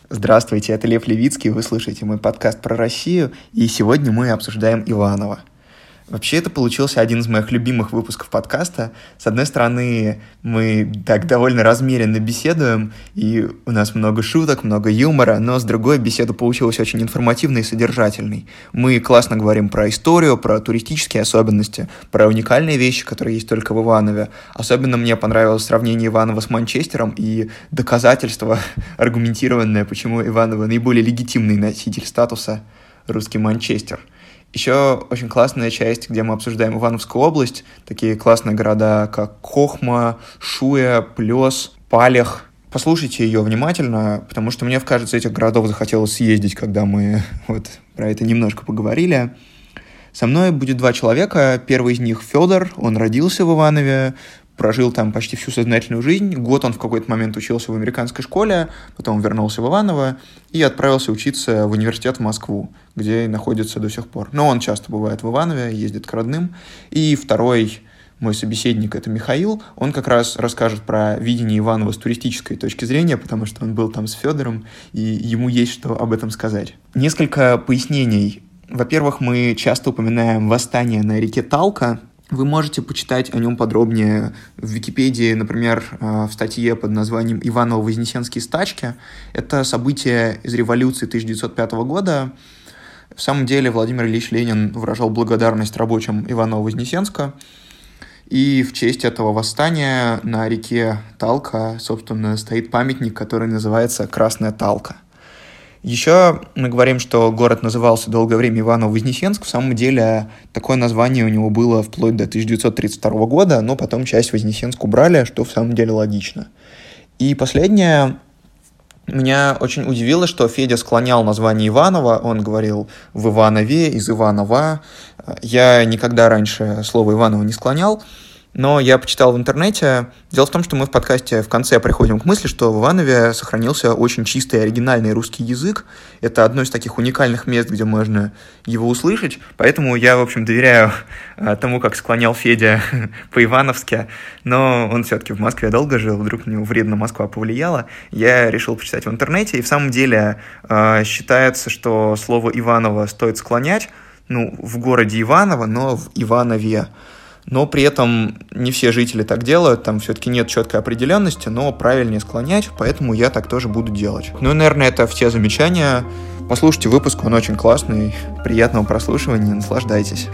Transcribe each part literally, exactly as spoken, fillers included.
Здравствуйте, это Лев Левицкий, вы слушаете мой подкаст про Россию, и сегодня мы обсуждаем Иванова. Вообще, это получился один из моих любимых выпусков подкаста. С одной стороны, мы так довольно размеренно беседуем, и у нас много шуток, много юмора, но с другой, беседа получилась очень информативной и содержательной. Мы классно говорим про историю, про туристические особенности, про уникальные вещи, которые есть только в Иванове. Особенно мне понравилось сравнение Иванова с Манчестером и доказательство аргументированное, почему Иваново наиболее легитимный носитель статуса русский Манчестер. Еще очень классная часть, где мы обсуждаем Ивановскую область, такие классные города, как Кохма, Шуя, Плес, Палех. Послушайте ее внимательно, потому что мне в кажется, этих городов захотелось съездить, когда мы вот про это немножко поговорили. Со мной будет два человека. Первый из них Федор, он родился в Иванове, прожил там почти всю сознательную жизнь. Год он в какой-то момент учился в американской школе, потом вернулся в Иваново и отправился учиться в университет в Москву, где и находится до сих пор. Но он часто бывает в Иванове, ездит к родным. И второй мой собеседник — это Михаил. Он как раз расскажет про видение Иванова с туристической точки зрения, потому что он был там с Федором, и ему есть что об этом сказать. Несколько пояснений. Во-первых, мы часто упоминаем восстание на реке Талка. Вы можете почитать о нем подробнее в Википедии, например, в статье под названием «Иваново-Вознесенские стачки». Это событие из революции тысяча девятьсот пятого года. В самом деле Владимир Ильич Ленин выражал благодарность рабочим Иваново-Вознесенска. И в честь этого восстания на реке Талка, собственно, стоит памятник, который называется «Красная Талка». Еще мы говорим, что город назывался долгое время Иваново-Вознесенск. В самом деле такое название у него было вплоть до тысяча девятьсот тридцать второго года, но потом часть Вознесенск убрали, что в самом деле логично. И последнее. Меня очень удивило, что Федя склонял название Иванова. Он говорил «в Иванове», «из Иванова». Я никогда раньше слово «Иваново» не склонял. Но я почитал в интернете. Дело в том, что мы в подкасте в конце приходим к мысли, что в Иванове сохранился очень чистый и оригинальный русский язык. Это одно из таких уникальных мест, где можно его услышать. Поэтому я, в общем, доверяю тому, как склонял Федя по-ивановски. Но он все-таки в Москве долго жил, вдруг на него вредно Москва повлияла. Я решил почитать в интернете. И в самом деле считается, что слово «Иваново» стоит склонять, ну, в городе Иваново, но в Иванове. Но при этом не все жители так делают, там все-таки нет четкой определенности, но правильнее склонять, поэтому я так тоже буду делать. Ну и, наверное, это все замечания. Послушайте выпуск, он очень классный. Приятного прослушивания, наслаждайтесь.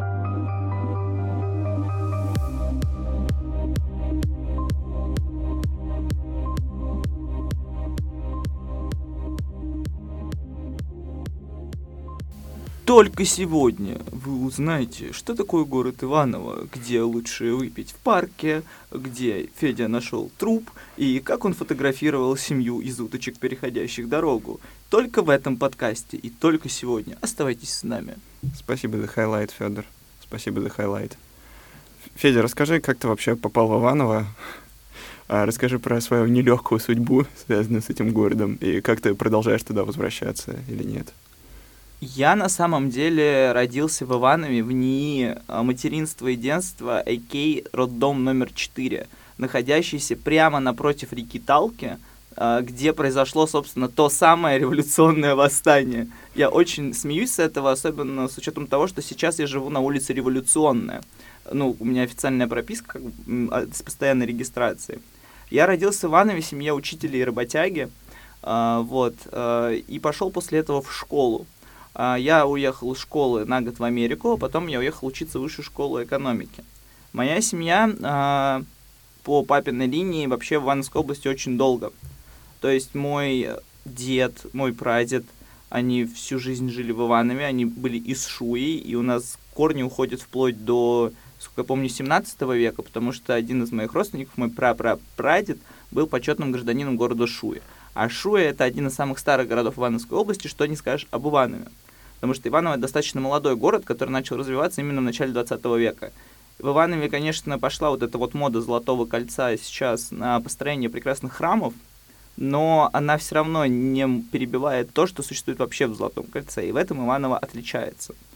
Только сегодня вы узнаете, что такое город Иваново, где лучше выпить в парке, где Федя нашел труп и как он фотографировал семью из уточек, переходящих дорогу. Только в этом подкасте и только сегодня. Оставайтесь с нами. Спасибо за хайлайт, Федор. Спасибо за хайлайт. Федя, расскажи, как ты вообще попал в Иваново? Расскажи про свою нелегкую судьбу, связанную с этим городом, и как ты продолжаешь туда возвращаться или нет? Я на самом деле родился в Иванове в НИИ материнства и детства, а.к.а. роддом номер четыре, находящийся прямо напротив реки Талки, где произошло, собственно, то самое революционное восстание. Я очень смеюсь с этого, особенно с учетом того, что сейчас я живу на улице Революционная. Ну, у меня официальная прописка с постоянной регистрацией. Я родился в Иванове в семье учителя и работяги, вот, и пошел после этого в школу. Я уехал из школы на год в Америку, а потом я уехал учиться в высшую школу экономики. Моя семья э, по папиной линии вообще в Ивановской области очень долго. То есть мой дед, мой прадед, они всю жизнь жили в Иванове, они были из Шуи, и у нас корни уходят вплоть до, сколько я помню, семнадцатого века, потому что один из моих родственников, мой прапрапрадед, был почетным гражданином города Шуи. А Шуя — это один из самых старых городов Ивановской области, что не скажешь об Иванове. Потому что Иваново — это достаточно молодой город, который начал развиваться именно в начале двадцатого века. В Иванове, конечно, пошла вот эта вот мода Золотого кольца сейчас на построение прекрасных храмов, но она все равно не перебивает то, что существует вообще в Золотом кольце, и в этом Иваново отличается.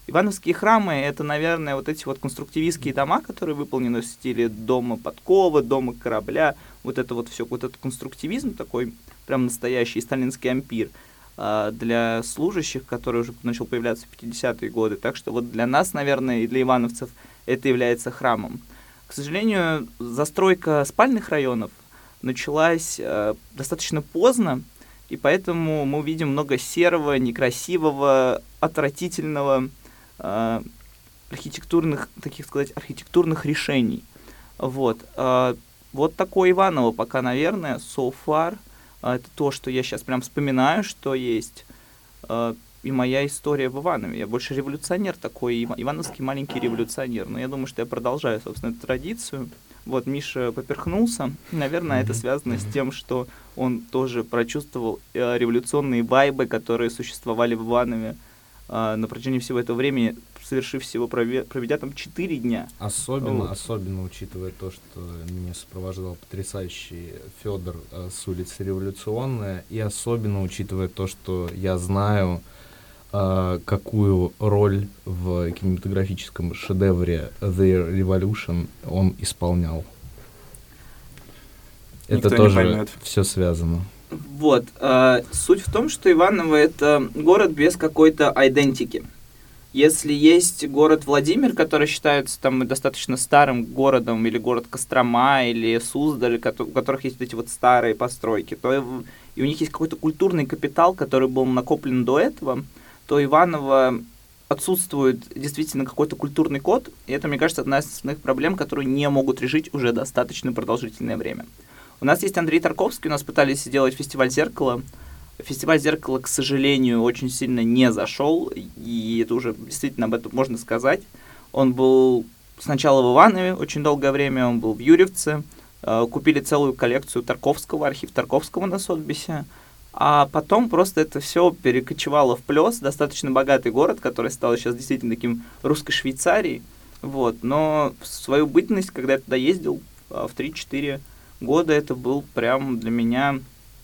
Ивановские храмы — это, наверное, вот эти вот конструктивистские дома, которые выполнены в стиле дома подковы, дома корабля, вот это вот все, вот этот конструктивизм такой, прям настоящий сталинский ампир для служащих, который уже начал появляться в пятидесятые годы. Так что вот для нас, наверное, и для ивановцев это является храмом. К сожалению, застройка спальных районов началась э, достаточно поздно, и поэтому мы увидим много серого, некрасивого, отвратительного э, архитектурных, таких сказать, архитектурных решений. Вот, э, вот такое Иваново пока, наверное, so far. Это то, что я сейчас прям вспоминаю, что есть. И моя история в Иванове. Я больше революционер такой, ивановский маленький революционер. Но я думаю, что я продолжаю, собственно, эту традицию. Вот Миша поперхнулся. Наверное, mm-hmm. это связано mm-hmm. с тем, что он тоже прочувствовал революционные вайбы, которые существовали в Иванове на протяжении всего этого времени, совершив всего, проведя там четыре дня. Особенно, вот. особенно учитывая то, что меня сопровождал потрясающий Федор э, с улицы Революционная, и особенно учитывая то, что я знаю, э, какую роль в кинематографическом шедевре The Revolution он исполнял. Никто это тоже все связано. Вот. Э, суть в том, что Иваново — это город без какой-то айдентики. Если есть город Владимир, который считается там достаточно старым городом, или город Кострома, или Суздаль, у которых есть эти вот старые постройки, то и у них есть какой-то культурный капитал, который был накоплен до этого, то Иваново отсутствует действительно какой-то культурный код, и это, мне кажется, одна из основных проблем, которые не могут решить уже достаточно продолжительное время. У нас есть Андрей Тарковский, у нас пытались сделать фестиваль «Зеркало». Фестиваль «Зеркало», к сожалению, очень сильно не зашел, и это уже действительно об этом можно сказать. Он был сначала в Иванове очень долгое время, он был в Юрьевце, купили целую коллекцию Тарковского, архив Тарковского на Сотбисе, а потом просто это все перекочевало в Плёс, достаточно богатый город, который стал сейчас действительно таким русской Швейцарией, вот. Но в свою бытность, когда я туда ездил в три-четыре года, это был прям для меня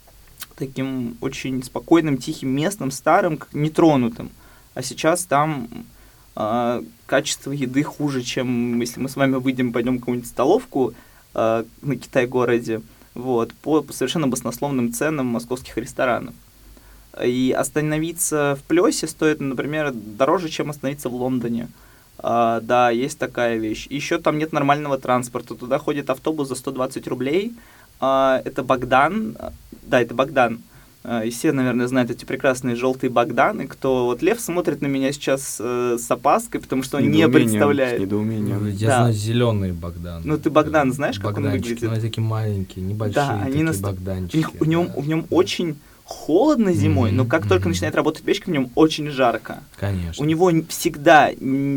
таким очень спокойным, тихим местом, старым, нетронутым. А сейчас там э, качество еды хуже, чем если мы с вами выйдем, пойдем в какую-нибудь столовку э, на Китай-городе, вот, по, по совершенно баснословным ценам московских ресторанов. И остановиться в Плёсе стоит, например, дороже, чем остановиться в Лондоне. Uh, да, есть такая вещь. Еще там нет нормального транспорта. Туда ходит автобус за сто двадцать рублей. Uh, это Богдан. Да, это Богдан. Uh, и все, наверное, знают эти прекрасные желтые Богданы. Кто вот Лев смотрит на меня сейчас uh, с опаской, потому что он не представляет. С недоумением. Я да. знаю зеленые Богданы. Ну, ты Богдан знаешь, как он выглядит? Ну, такие маленькие, небольшие, да, такие наст... Богданчики. У, них, у, него, да. в нем очень холодно зимой, mm-hmm. но как mm-hmm. только начинает работать печка, в нем очень жарко. Конечно. У него всегда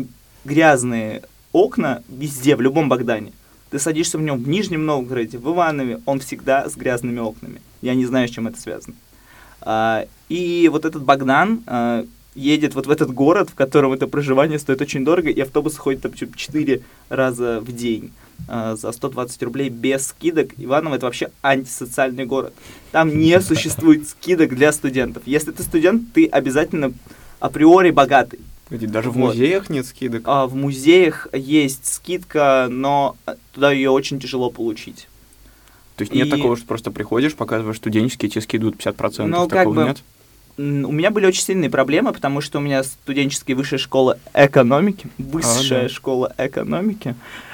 грязные окна везде, в любом Богдане. Ты садишься в нем в Нижнем Новгороде, в Иванове, он всегда с грязными окнами. Я не знаю, с чем это связано. А, и вот этот Богдан а, едет вот в этот город, в котором это проживание стоит очень дорого, и автобус ходит там четыре раза в день а, за сто двадцать рублей без скидок. Иваново — это вообще антисоциальный город. Там не существует скидок для студентов. Если ты студент, ты обязательно априори богатый. Даже в вот. музеях нет скидок? А, в музеях есть скидка, но туда ее очень тяжело получить. То есть и... нет такого, что просто приходишь, показываешь студенческие, тебе скидывают пятьдесят процентов, ну, такого как бы, нет? У меня были очень сильные проблемы, потому что у меня студенческая высшая школа экономики, высшая а, да. школа экономики,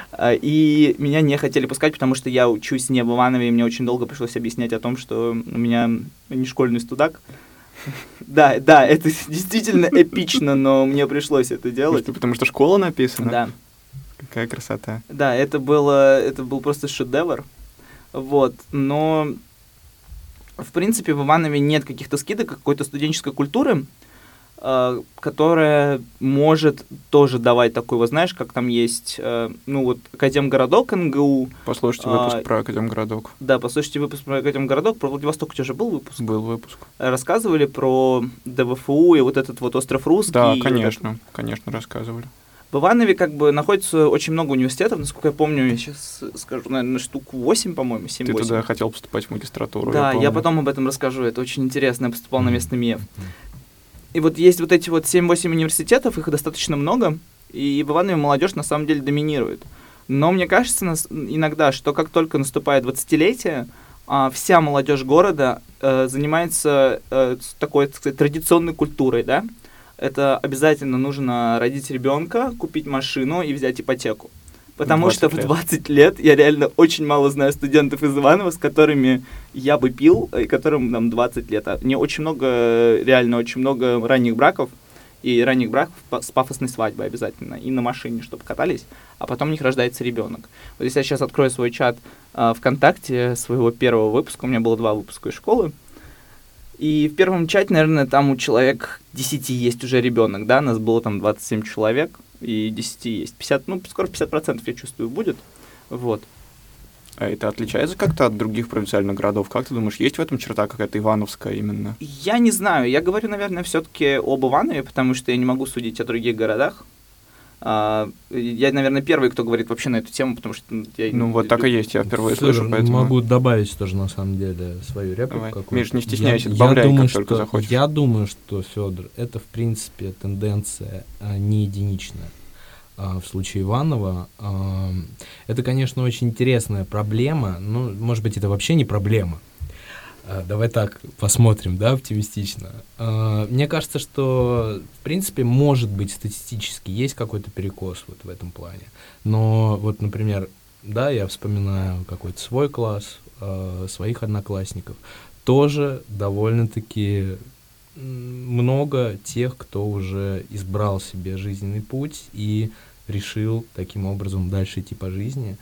и меня не хотели пускать, потому что я учусь не в Иванове, и мне очень долго пришлось объяснять о том, что у меня не школьный студак. Да, да, это действительно эпично, но мне пришлось это делать. Потому что школа написана? Да. Какая красота. Да, это было, это был просто шедевр. Вот, но в принципе в Иванове нет каких-то скидок, какой-то студенческой культуры, э, которая может тоже давать такой, вот знаешь, как там есть, э, ну вот Академгородок эн гэ у. Послушайте выпуск а, про Академгородок. Да, послушайте выпуск про Академгородок. Про Владивосток у тебя же был выпуск? Был выпуск. Рассказывали про дэ вэ эф у и вот этот вот остров Русский. Да, конечно, вот конечно, рассказывали. В Иванове как бы находится очень много университетов, насколько я помню, я сейчас скажу, наверное, штук восемь, по-моему, семь-восемь. Ты туда хотел поступать в магистратуру, Да, я, я потом об этом расскажу, это очень интересно, я поступал mm-hmm. на местный МИЭФ. и вот есть вот эти вот семь-восемь университетов, их достаточно много, и в Иванове молодежь на самом деле доминирует. Но мне кажется нас, иногда, что как только наступает двадцатилетие, а, вся молодежь города а, занимается а, такой, так сказать, традиционной культурой, да? Это обязательно нужно родить ребенка, купить машину и взять ипотеку. Потому что в двадцать лет я реально очень мало знаю студентов из Иванова, с которыми я бы пил, и которым нам двадцать лет. А мне очень много, реально очень много ранних браков, и ранних браков с пафосной свадьбой обязательно, и на машине, чтобы катались, а потом у них рождается ребенок. Вот если я сейчас открою свой чат э, ВКонтакте своего первого выпуска, у меня было два выпуска из школы, и в первом чате, наверное, там у человек десяти есть уже ребенок, да, нас было там двадцать семь человек, и десять есть пятьдесят, ну, скоро пятьдесят процентов, я чувствую, будет, вот. А это отличается как-то от других провинциальных городов? Как ты думаешь, есть в этом черта какая-то ивановская именно? Я не знаю, я говорю, наверное, все-таки об Иванове, потому что я не могу судить о других городах. А, я, наверное, первый, кто говорит вообще на эту тему, потому что... Я... Ну, вот так и есть, я впервые Слушай, слышу, поэтому... Могу добавить тоже, на самом деле, свою реплику Давай. какую-то. Миш, не стесняйся, я, добавляй, я думаю, как только что, захочешь. Я думаю, что, Федор, это, в принципе, тенденция а, не единичная. В случае Иванова, это, конечно, очень интересная проблема, но, может быть, это вообще не проблема. Давай так посмотрим, да, оптимистично. Мне кажется, что, в принципе, может быть, статистически есть какой-то перекос вот в этом плане. Но вот, например, да, я вспоминаю какой-то свой класс, своих одноклассников, тоже довольно-таки... много тех, кто уже избрал себе жизненный путь и решил таким образом дальше идти по жизни.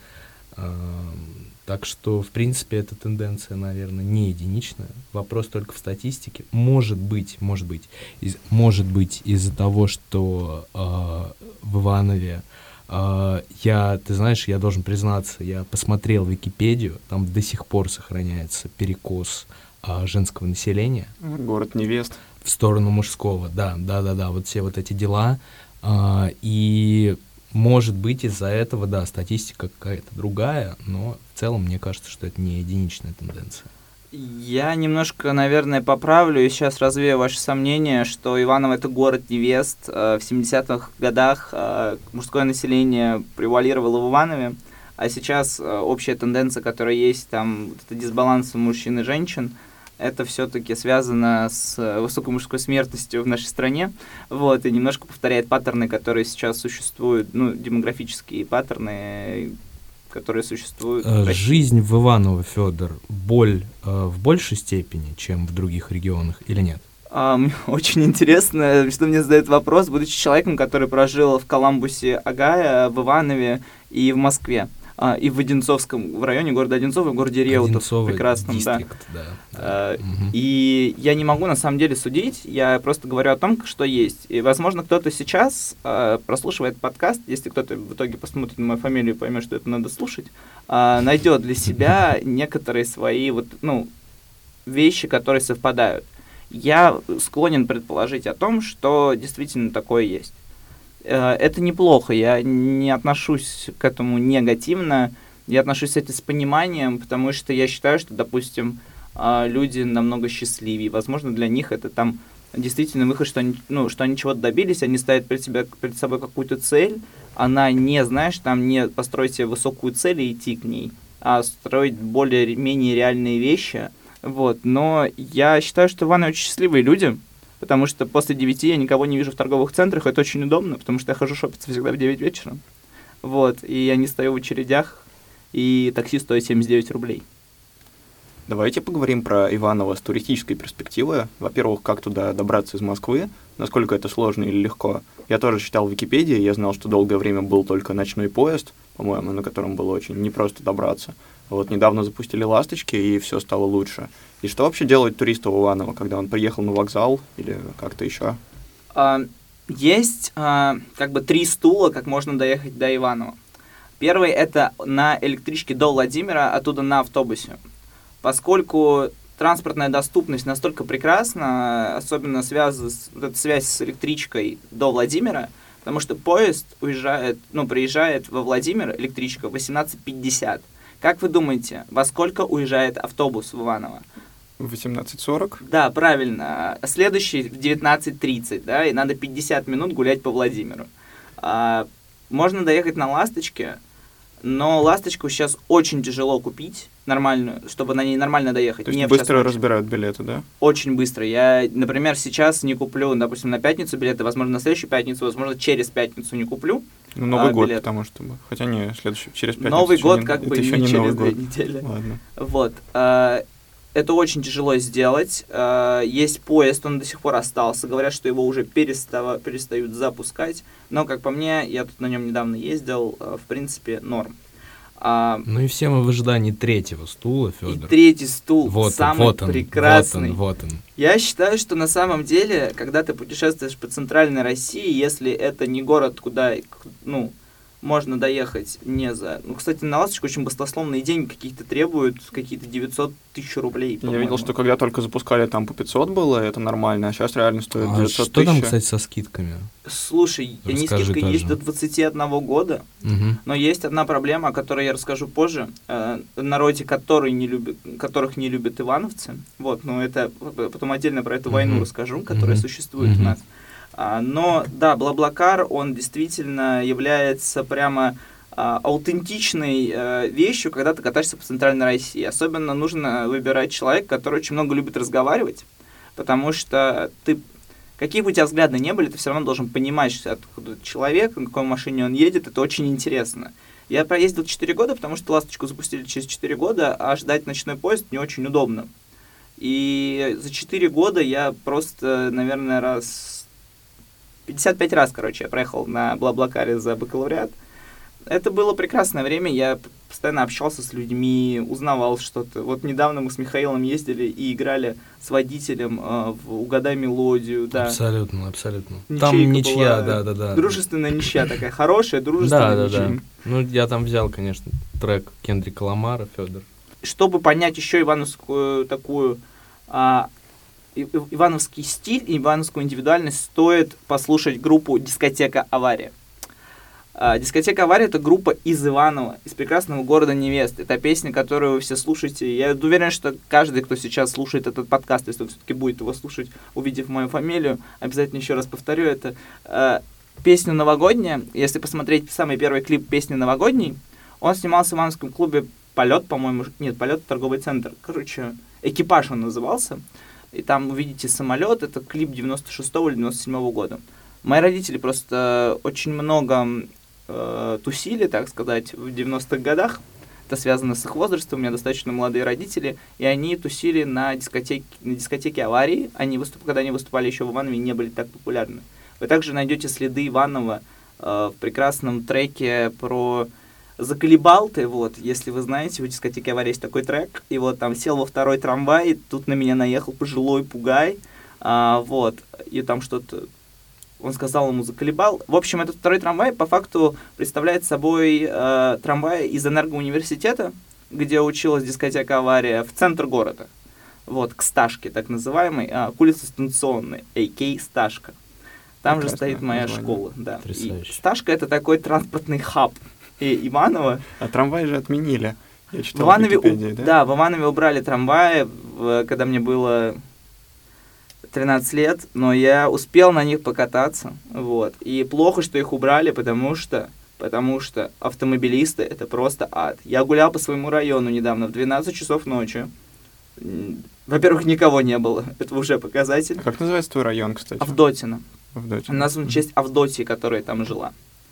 Так что, в принципе, эта тенденция, наверное, не единичная. Вопрос только в статистике. Может быть, может быть, из, может быть из-за того, что э, в Иванове э, я, ты знаешь, я должен признаться, я посмотрел Википедию, там до сих пор сохраняется перекос э, женского населения. Город невест. В сторону мужского, да, да, да, да, вот все вот эти дела. Э, и может быть из-за этого, да, статистика какая-то другая, но в целом мне кажется, что это не единичная тенденция. Я немножко, наверное, поправлю и сейчас развею ваши сомнения, что Иваново — это город невест. В семидесятых годах мужское население превалировало в Иванове, а сейчас общая тенденция, которая есть, там, вот это дисбаланс мужчин и женщин, это все-таки связано с высокой мужской смертностью в нашей стране, вот, и немножко повторяет паттерны, которые сейчас существуют, ну, демографические паттерны, которые существуют. Жизнь в Иваново, Федор, боль э, в большей степени, чем в других регионах, или нет? А, мне очень интересно, что мне задают вопрос, будучи человеком, который прожил в Коламбусе, Огайо, в Иванове и в Москве. А, и в Одинцовском, в районе города Одинцово, в городе Реутов, в прекрасном, дистрикт, да. да, а, да. Угу. И я не могу на самом деле судить, я просто говорю о том, что есть. И, возможно, кто-то сейчас а, прослушивает подкаст, если кто-то в итоге посмотрит на мою фамилию и поймет, что это надо слушать, а, найдет для себя некоторые свои вот, ну, вещи, которые совпадают. Я склонен предположить о том, что действительно такое есть. Это неплохо, я не отношусь к этому негативно, я отношусь к этому с пониманием, потому что я считаю, что, допустим, люди намного счастливее. Возможно, для них это там действительно выход, что они, ну, что они чего-то добились, они ставят перед, себя, перед собой какую-то цель, она не, знаешь, там не построить себе высокую цель и идти к ней, а строить более-менее реальные вещи. Вот. Но я считаю, что Иваново очень счастливые люди, потому что после девяти я никого не вижу в торговых центрах, это очень удобно, потому что я хожу шопиться всегда в девять вечера, вот, и я не стою в очередях, и такси стоит семьдесят девять рублей. Давайте поговорим про Иваново с туристической перспективы. Во-первых, как туда добраться из Москвы, насколько это сложно или легко. Я тоже читал в Википедии, я знал, что долгое время был только ночной поезд, по-моему, на котором было очень непросто добраться. Вот недавно запустили «Ласточки», и все стало лучше. И что вообще делает турист в Иваново, когда он приехал на вокзал или как-то еще? А, есть а, как бы три стула, как можно доехать до Иваново. Первый — это на электричке до Владимира, оттуда на автобусе. Поскольку транспортная доступность настолько прекрасна, особенно связь, вот эта связь с электричкой до Владимира, потому что поезд уезжает, ну, приезжает во Владимир, электричка, в восемнадцать пятьдесят. Как вы думаете, во сколько уезжает автобус в Иваново? В восемнадцать сорок? Да, правильно. Следующий в девятнадцать тридцать, да, и надо пятьдесят минут гулять по Владимиру. А, можно доехать на «Ласточке», но «Ласточку» сейчас очень тяжело купить нормальную, чтобы на ней нормально доехать. То есть Не в быстро час разбирают билеты, да? Очень быстро. Я, например, сейчас не куплю, допустим, на пятницу билеты, возможно, на следующую пятницу, возможно, через пятницу не куплю. Ну, Новый а, год, билет. потому что... Хотя не, следующий, через пятницу. Новый год не, как это бы еще не не через Новый две год. недели. Ладно. Вот. А, это очень тяжело сделать. А, есть поезд, он до сих пор остался. Говорят, что его уже перестава, перестают запускать. Но, как по мне, я тут на нем недавно ездил, а, в принципе, норм. А, Ну и все мы в ожидании третьего стула, и Федор. третий стул, Вот он, самый вот он, прекрасный. вот он, вот он. Я считаю, что на самом деле, когда ты путешествуешь по центральной России, если это не город, куда, ну, можно доехать не за... Ну, кстати, на «Ласточку» очень баснословные деньги какие-то требуют, какие-то девятьсот тысяч рублей, Я по-моему. видел, что когда только запускали, там по пятьсот было, это нормально, а сейчас реально стоит А девятьсот что там, тысяч. кстати, со скидками? Слушай, они Расскажи скидка тоже. есть до двадцати одного года, Угу. но есть одна проблема, о которой я расскажу позже. Э, народе, который не любит, которых не любят ивановцы. Вот, но это потом отдельно про эту войну Мгм. расскажу, которая Мгм. существует у Мгм. нас. А, но, да, Блаблакар, он действительно является прямо а, аутентичной а, вещью, когда ты катаешься по центральной России. Особенно нужно выбирать человека, который очень много любит разговаривать, потому что ты, какие бы у тебя взгляды не были, ты все равно должен понимать, что откуда человек, на какой машине он едет, это очень интересно. Я проездил четыре года, потому что «Ласточку» запустили через четыре года, а ждать ночной поезд не очень удобно. И за четыре года я просто, наверное, раз... пятьдесят пять раз, короче, я проехал на Блаблакаре за бакалавриат. Это было прекрасное время, я постоянно общался с людьми, узнавал что-то. Вот недавно мы с Михаилом ездили и играли с водителем э, в «Угадай мелодию», да. Абсолютно, абсолютно. Ничейка Там ничья, была, да-да-да. Дружественная ничья такая, хорошая, дружественная Да, да, да. ничья. Ну, я там взял, конечно, трек Кендрика Ламара, Федор. Чтобы понять еще ивановскую такую... А, и- и- ивановский стиль и ивановскую индивидуальность, стоит послушать группу «Дискотека Авария». А, «Дискотека Авария» — это группа из Иванова, из прекрасного города Невест. Это песня, которую вы все слушаете. Я уверен, что каждый, кто сейчас слушает этот подкаст, если он все-таки будет его слушать, увидев мою фамилию, обязательно еще раз повторю это. А, песня новогодняя. Если посмотреть самый первый клип песни «Новогодний», он снимался в ивановском клубе «Полет», по-моему. Нет, «Полет» — торговый центр. Короче, «Экипаж» он назывался. И там увидите самолет. Это клип девяносто шестого или девяносто седьмого года. Мои родители просто очень много э, тусили, так сказать, в девяностых годах. Это связано с их возрастом. У меня достаточно молодые родители. И они тусили на дискотеке, на дискотеке «Аварии». Они выступ... Когда они выступали еще в Иванове, не были так популярны. Вы также найдете следы Иванова э, в прекрасном треке про... «Заколебал ты», вот, если вы знаете, в «Дискотеке Авария» есть такой трек, и вот там сел во второй трамвай, и тут на меня наехал пожилой пугай, а, вот, и там что-то, он сказал ему «заколебал». В общем, этот второй трамвай по факту представляет собой э, трамвай из энергоуниверситета, где училась «Дискотека Авария», в центр города, вот, к Сташке, так называемой, а, к улице Станционной, а ка а. Сташка. Там Прекрасное же стоит моя название. школа, да. И Потрясающе. Сташка — это такой транспортный хаб и Иваново. А трамвай же отменили. Я В читал Иванове, в Википедии, у- да? да, в Иванове убрали трамваи, в- когда мне было тринадцать лет, но я успел на них покататься, вот. И плохо, что их убрали, потому что, потому что автомобилисты — это просто ад. Я гулял по своему району недавно в двенадцать часов ночи. М, Во-первых, никого не было, это уже показатель. А как называется твой район, кстати? Авдотина. Авдотья. Назван в честь Авдотьи, которая там жила.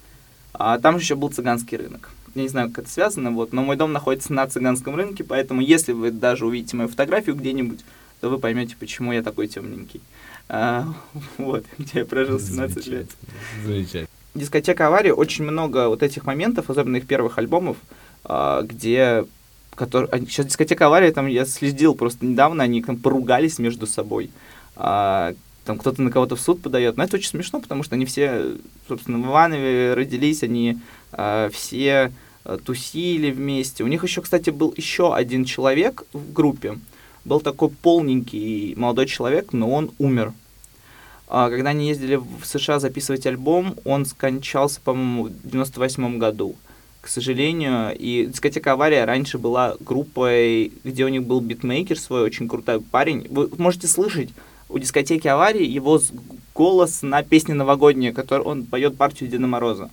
А там же еще был цыганский рынок. Я не знаю, как это связано, вот, но мой дом находится на цыганском рынке, поэтому если вы даже увидите мою фотографию где-нибудь, то вы поймете, почему я такой темненький. А, вот, где я прожил семнадцать лет. Замечательно. Замечательно. Дискотека Аварии, очень много вот этих моментов, особенно их первых альбомов, а, где... Который... они- Сейчас «Дискотека Аварии», там я следил просто недавно, они там поругались между собой. А, там кто-то на кого-то в суд подает. Но это очень смешно, потому что они все, собственно, в Иванове родились, они а, все а, тусили вместе. У них еще, кстати, был еще один человек в группе. Был такой полненький молодой человек, но он умер. А, когда они ездили в США записывать альбом, он скончался, по-моему, в девяносто восьмом году. к сожалению. И дискотека «Авария» раньше была группой, где у них был битмейкер свой, очень крутой парень. Вы можете слышать у дискотеки «Аварии» его голос на песне новогодние, который он поет партию Деда Мороза.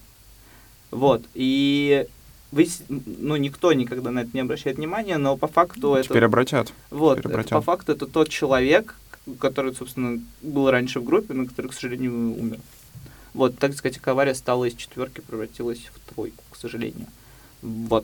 Вот. И вы, ну, никто никогда на это не обращает внимания, но по факту это... Теперь обратят. Вот. Теперь обратят. Это, по факту это тот человек, который, собственно, был раньше в группе, но который, к сожалению, умер. Вот. Так дискотека «Авария» стала из четверки, превратилась в тройку, к сожалению. Вот.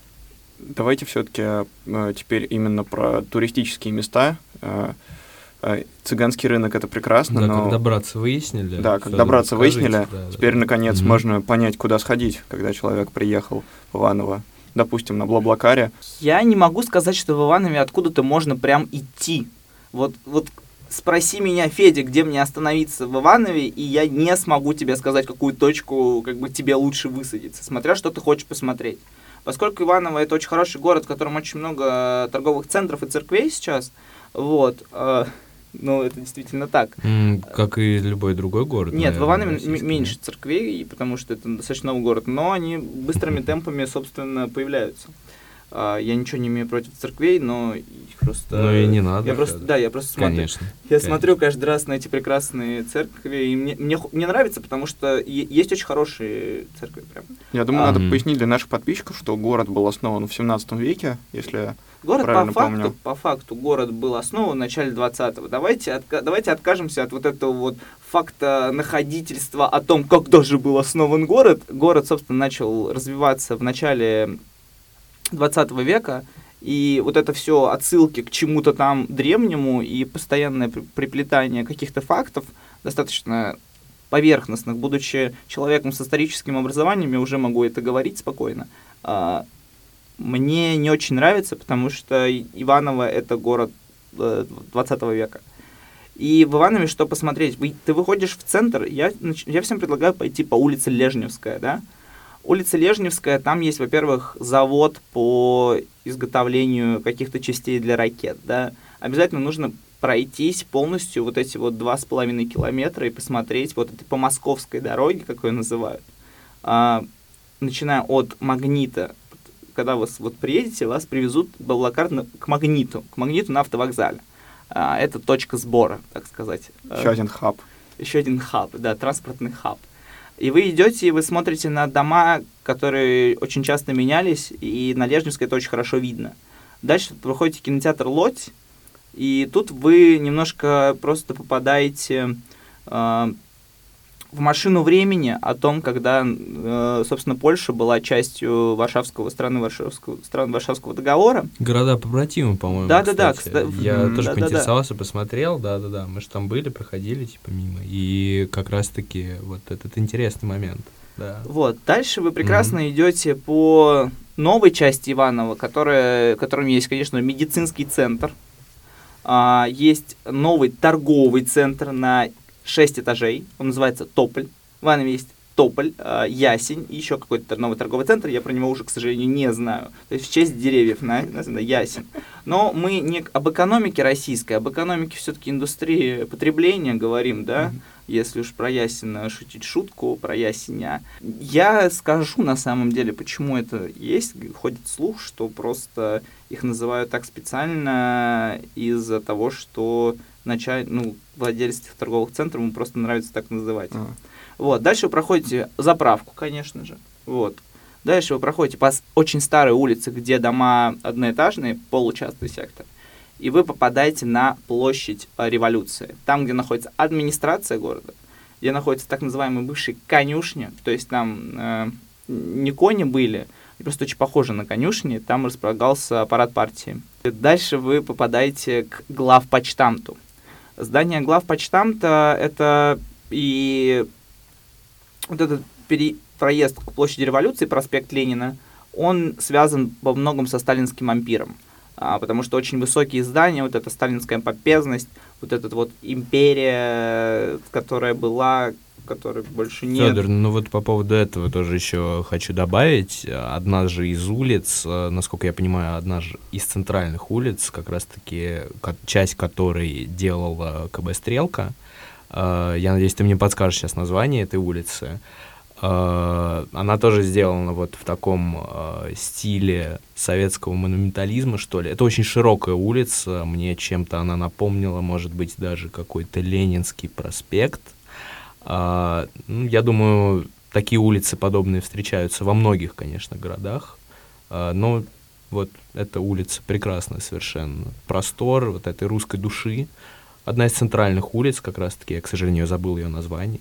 Давайте все-таки э, теперь именно про туристические места. Э, э, цыганский рынок — это прекрасно, Да, но... как добраться выяснили. Да, как Фёдор, добраться расскажите, выяснили. да, Теперь, да. наконец, Мгм. можно понять, куда сходить, когда человек приехал в Иваново. Допустим, на Блаблакаре. Я не могу сказать, что в Иванове откуда-то можно прям идти. Вот, вот спроси меня, Федя, где мне остановиться в Иванове, и я не смогу тебе сказать, какую точку как бы тебе лучше высадиться, смотря что ты хочешь посмотреть. Поскольку Иваново — это очень хороший город, в котором очень много торговых центров и церквей сейчас, вот, э, ну, это действительно так. М, Как и любой другой город. Нет, в наверное, Иванове м- российский. меньше церквей, потому что это достаточно новый город, но они быстрыми темпами, собственно, появляются. А, Я ничего не имею против церквей, но их просто... Ну и не надо, Я просто, Фёдор. да, я просто смотрю. Конечно. Я конечно. смотрю каждый раз на эти прекрасные церкви, и мне, мне, хо- мне нравится, потому что е- есть очень хорошие церкви. Прям. Я думаю, А. надо Мгм. пояснить для наших подписчиков, что город был основан в семнадцатом веке, если... Город по Правильно факту, помню. по факту, город был основан в начале двадцатого. Давайте, отка- давайте откажемся от вот этого вот факта находительства о том, когда же был основан город. Город, собственно, начал развиваться в начале двадцатого века, и вот это все отсылки к чему-то там древнему и постоянное при- приплетание каких-то фактов, достаточно поверхностных, будучи человеком с историческим образованием, я уже могу это говорить спокойно, а, мне не очень нравится, потому что Иваново — это город э, двадцатого века. И в Иванове что посмотреть? Вы- ты выходишь в центр, я, нач- я всем предлагаю пойти по улице Лежневская, да? Улица Лежневская, там есть, во-первых, завод по изготовлению каких-то частей для ракет, да? Обязательно нужно пройтись полностью вот эти вот два с половиной километра и посмотреть вот это по московской дороге, как ее называют, а, начиная от Магнита. Когда вы вот приедете, вас привезут Блаблакар на- к Магниту, к Магниту на автовокзале. А, это точка сбора, так сказать. Еще один хаб. Еще один хаб, да, транспортный хаб. И вы идете, и вы смотрите на дома, которые очень часто менялись, и на Лежневской это очень хорошо видно. Дальше вы выходите в кинотеатр «Лодь», и тут вы немножко просто попадаете э, в машину времени о том, когда, э, собственно, Польша была частью Варшавского, страны Варшавского, стран Варшавского договора. Города побратимы, по-моему. Да-да-да, кстати. кста- Я м, тоже да-да-да. поинтересовался, посмотрел, да-да-да. Мы же там были, проходили, типа, мимо. И как раз-таки вот этот интересный момент. Да. Вот. Дальше вы прекрасно идете по новой части Иванова, которая, в котором есть, конечно, медицинский центр. А, есть новый торговый центр на шесть этажей. Он называется «Тополь». В Иванове есть «Тополь», а, «Ясень» и еще какой-то новый торговый центр. Я про него уже, к сожалению, не знаю. То есть в честь деревьев на, названо «Ясень». Но мы не об экономике российской, об экономике все-таки индустрии потребления говорим, да? Мгм. Если уж про Ясина шутить шутку, про Ясеня. Я скажу на самом деле, почему это есть. Ходит слух, что просто их называют так специально из-за того, что началь... ну, владельцы этих торговых центров, ему просто нравится так называть. А. Вот. Дальше вы проходите заправку, конечно же. Вот. Дальше вы проходите по с- очень старой улице, где дома одноэтажные, получастный сектор. И вы попадаете на площадь э, Революции. Там, где находится администрация города, где находятся так называемые бывшие конюшни, то есть там э, не кони были, просто очень похоже на конюшни, там располагался аппарат партии. Дальше вы попадаете к главпочтамту. Здание главпочтамта — это и вот этот пере... проезд к площади Революции, проспект Ленина, он связан во многом со сталинским ампиром. А, потому что очень высокие здания, вот эта сталинская помпезность, вот эта вот империя, которая была, которой больше нет. Фёдор, ну вот по поводу этого тоже еще хочу добавить. Одна же из улиц, э, насколько я понимаю, одна же из центральных улиц, как раз-таки ко- часть которой делала ка бэ «Стрелка». Э, Я надеюсь, ты мне подскажешь сейчас название этой улицы. Э, Э, она тоже сделана вот в таком э, стиле советского монументализма, что ли. Это очень широкая улица, мне чем-то она напомнила, может быть, даже какой-то Ленинский проспект. Э, ну, я думаю, такие улицы подобные встречаются во многих, конечно, городах, э, но вот эта улица прекрасная совершенно. Простор вот этой русской души. Одна из центральных улиц, как раз-таки, я, к сожалению, забыл ее название.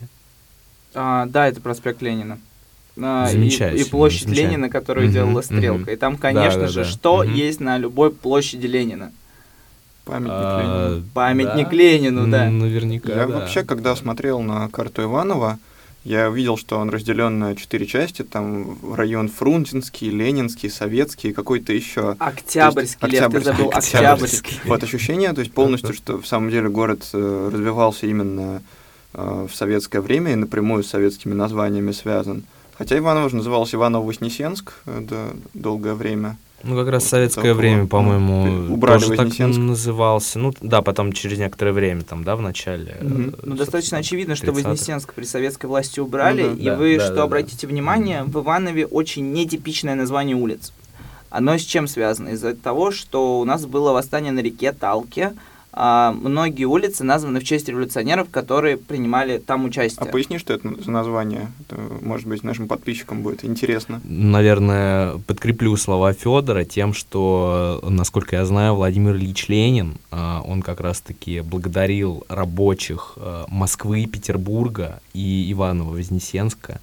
А, да, это проспект Ленина. А, Замечательно. И, и площадь замечательно. Ленина, которую Мгм, делала Стрелка. мгм. И там, конечно Да, да, же, да. что Мгм. есть на любой площади Ленина? Памятник А, Ленину. Памятник да? Ленину, да. М, Наверняка, Я да. вообще, когда смотрел на карту Иванова, я увидел, что он разделен на четыре части, там район Фрунзенский, Ленинский, Советский и какой-то еще. Октябрьский, Лев, ты забыл Октябрьский. Октябрьский. Вот ощущение, то есть полностью, что в самом деле город э, развивался именно э, в советское время и напрямую с советскими названиями связан. Хотя Иваново же назывался Иваново-Вознесенск э, до, долгое время. Ну, как раз в Вот советское такого, время, ну, по-моему, убрали тоже так Вознесенск. назывался. Ну, да, потом через некоторое время, там, да, в начале. Мгм. э, Ну, достаточно собственно, очевидно, что тридцатых. Вознесенск при советской власти убрали, Ну да. и Да, вы, да, что да, да. обратите внимание, в Иванове очень нетипичное название улиц. Оно с чем связано? Из-за того, что у нас было восстание на реке Талке, а многие улицы названы в честь революционеров, которые принимали там А участие. поясни, что это за название? Это, может быть, нашим подписчикам будет интересно. Наверное, подкреплю слова Федора тем, что, насколько я знаю, Владимир Ильич Ленин, а, он как раз-таки благодарил рабочих а, Москвы, Петербурга и Иваново-Вознесенска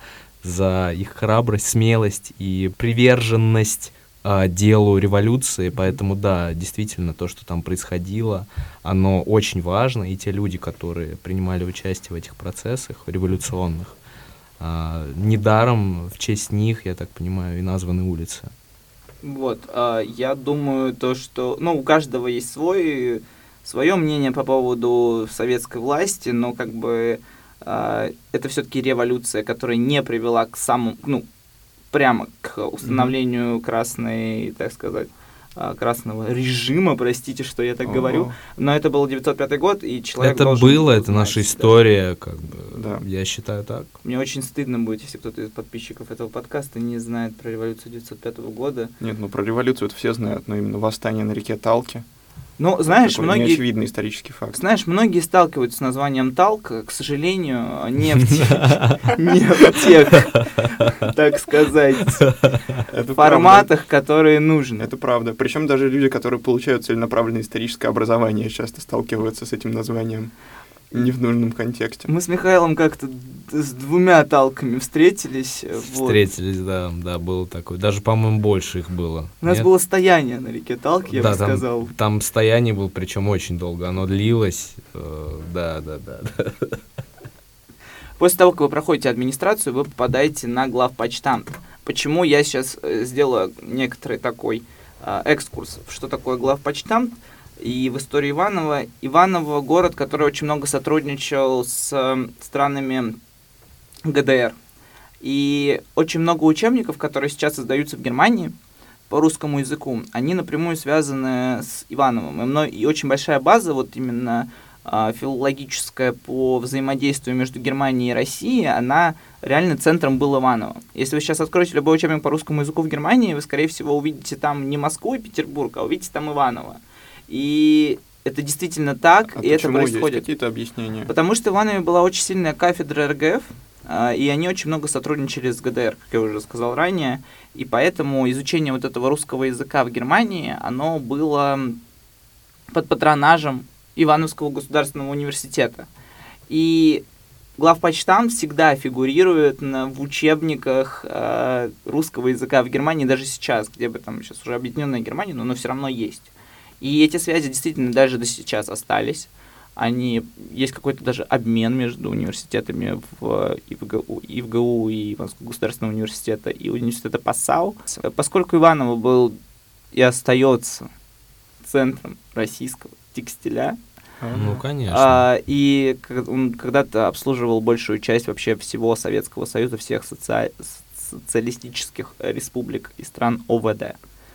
за их храбрость, смелость и приверженность а, делу революции, поэтому да, действительно, то, что там происходило, оно очень важно, и те люди, которые принимали участие в этих процессах революционных, а, недаром в честь них, я так понимаю, и названы улицы. Вот, а, я думаю, то, что, ну, у каждого есть свой, свое мнение по поводу советской власти, но как бы а, это все-таки революция, которая не привела к самому, ну, прямо к установлению красной, так сказать, а, красного режима, простите, что я так Ого. говорю, но это был девятьсот пятый год, и человек Это должен было, это знать, наша да. история, как бы, Да. я считаю так. Мне очень стыдно будет, если кто-то из подписчиков этого подкаста не знает про революцию девятьсот пятого года. Нет, ну про революцию это все знают, но именно восстание на реке Талке. Ну, знаешь, Такой многие... неочевидный исторический факт. Знаешь, многие сталкиваются с названием Талка, к сожалению, не в тех, не в тех, так сказать, Это форматах, которые нужны. Это правда. Причем даже люди, которые получают целенаправленное историческое образование, часто сталкиваются с этим названием не в нужном контексте. Мы с Михаилом как-то с двумя Талками встретились. вот. Встретились, да, да, было такое. Даже, по-моему, больше их было. У нас Нет? было стояние на реке Талки, я Да, бы там- сказал. Там стояние было, причем очень долго. Оно длилось. э, Да, да, да. да. После того, как вы проходите администрацию, вы попадаете на главпочтамт. Почему я сейчас э, сделаю некоторый такой э, экскурс, что такое главпочтамт и в истории Иванова. Иваново — город, который очень много сотрудничал с э, странами ГДР. И очень много учебников, которые сейчас издаются в Германии по русскому языку, они напрямую связаны с Ивановым. И, мно- и очень большая база, вот именно а, филологическая по взаимодействию между Германией и Россией, она реально центром был Иваново. Если вы сейчас откроете любой учебник по русскому языку в Германии, вы, скорее всего, увидите там не Москву и Петербург, а увидите там Иваново. И это действительно так, А и это почему есть происходит. какие-то объяснения? Потому что в Иванове была очень сильная кафедра эр гэ эф, а, и они очень много сотрудничали с гэ дэ эр, как я уже сказал ранее, и поэтому изучение вот этого русского языка в Германии, оно было под патронажем Ивановского государственного университета. И главпочтамт всегда фигурирует на, в учебниках э, русского языка в Германии, даже сейчас, где бы там сейчас уже объединенная Германия, но оно все равно есть. И эти связи действительно даже до сейчас остались. Они, есть какой-то даже обмен между университетами в и в гэ у, и в гэ у, и Ивановского государственного университета, и университета Пассау. Поскольку Иваново был и остается центром российского текстиля, Ну, конечно. а, и к- он когда-то обслуживал большую часть вообще всего Советского Союза, всех соци- социалистических республик и стран о вэ дэ.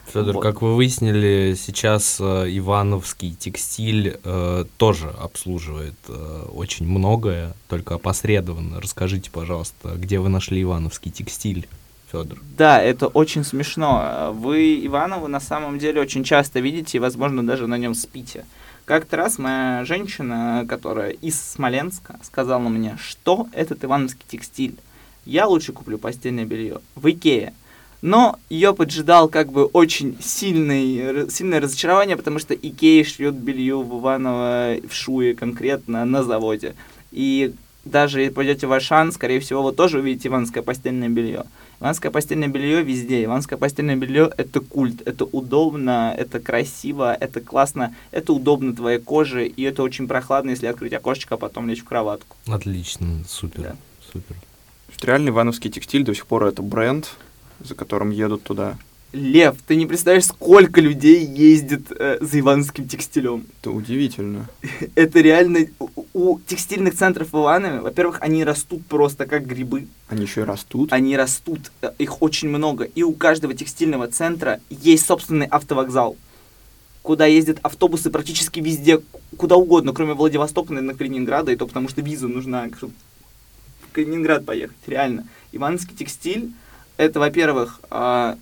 Федор, Вот. как вы выяснили, сейчас э, Ивановский текстиль э, тоже обслуживает э, очень многое, только опосредованно. Расскажите, пожалуйста, где вы нашли Ивановский текстиль, Федор? Да, это очень смешно. Вы Иванову на самом деле очень часто видите и, возможно, даже на нем спите. Как-то раз моя женщина, которая из Смоленска, сказала мне, что этот ивановский текстиль. Я лучше куплю постельное белье в Икее. Но ее поджидал как бы очень сильный, сильное разочарование, потому что Икея шьет белье в Иваново, в Шуе конкретно на заводе. И даже если пойдете в Ашан, скорее всего, вы тоже увидите ивановское постельное белье. Ивановское постельное белье везде. Ивановское постельное белье — это культ, это удобно, это красиво, это классно, это удобно твоей коже, и это очень прохладно, если открыть окошечко, а потом лечь в кроватку. Отлично, супер, Да. супер. Реально ивановский текстиль до сих пор это бренд, за которым едут туда. Лев, ты не представляешь, сколько людей ездит э, за ивановским текстилем. Это удивительно. Это реально... У, у текстильных центров в Иванове, во-первых, они растут просто как грибы. Они еще и растут. Они растут, э, их очень много. И у каждого текстильного центра есть собственный автовокзал, куда ездят автобусы практически везде, куда угодно, кроме Владивостока, наверное, Калининграда, и то потому что виза нужна, чтобы в Калининград поехать. Реально. Ивановский текстиль — это, во-первых, э,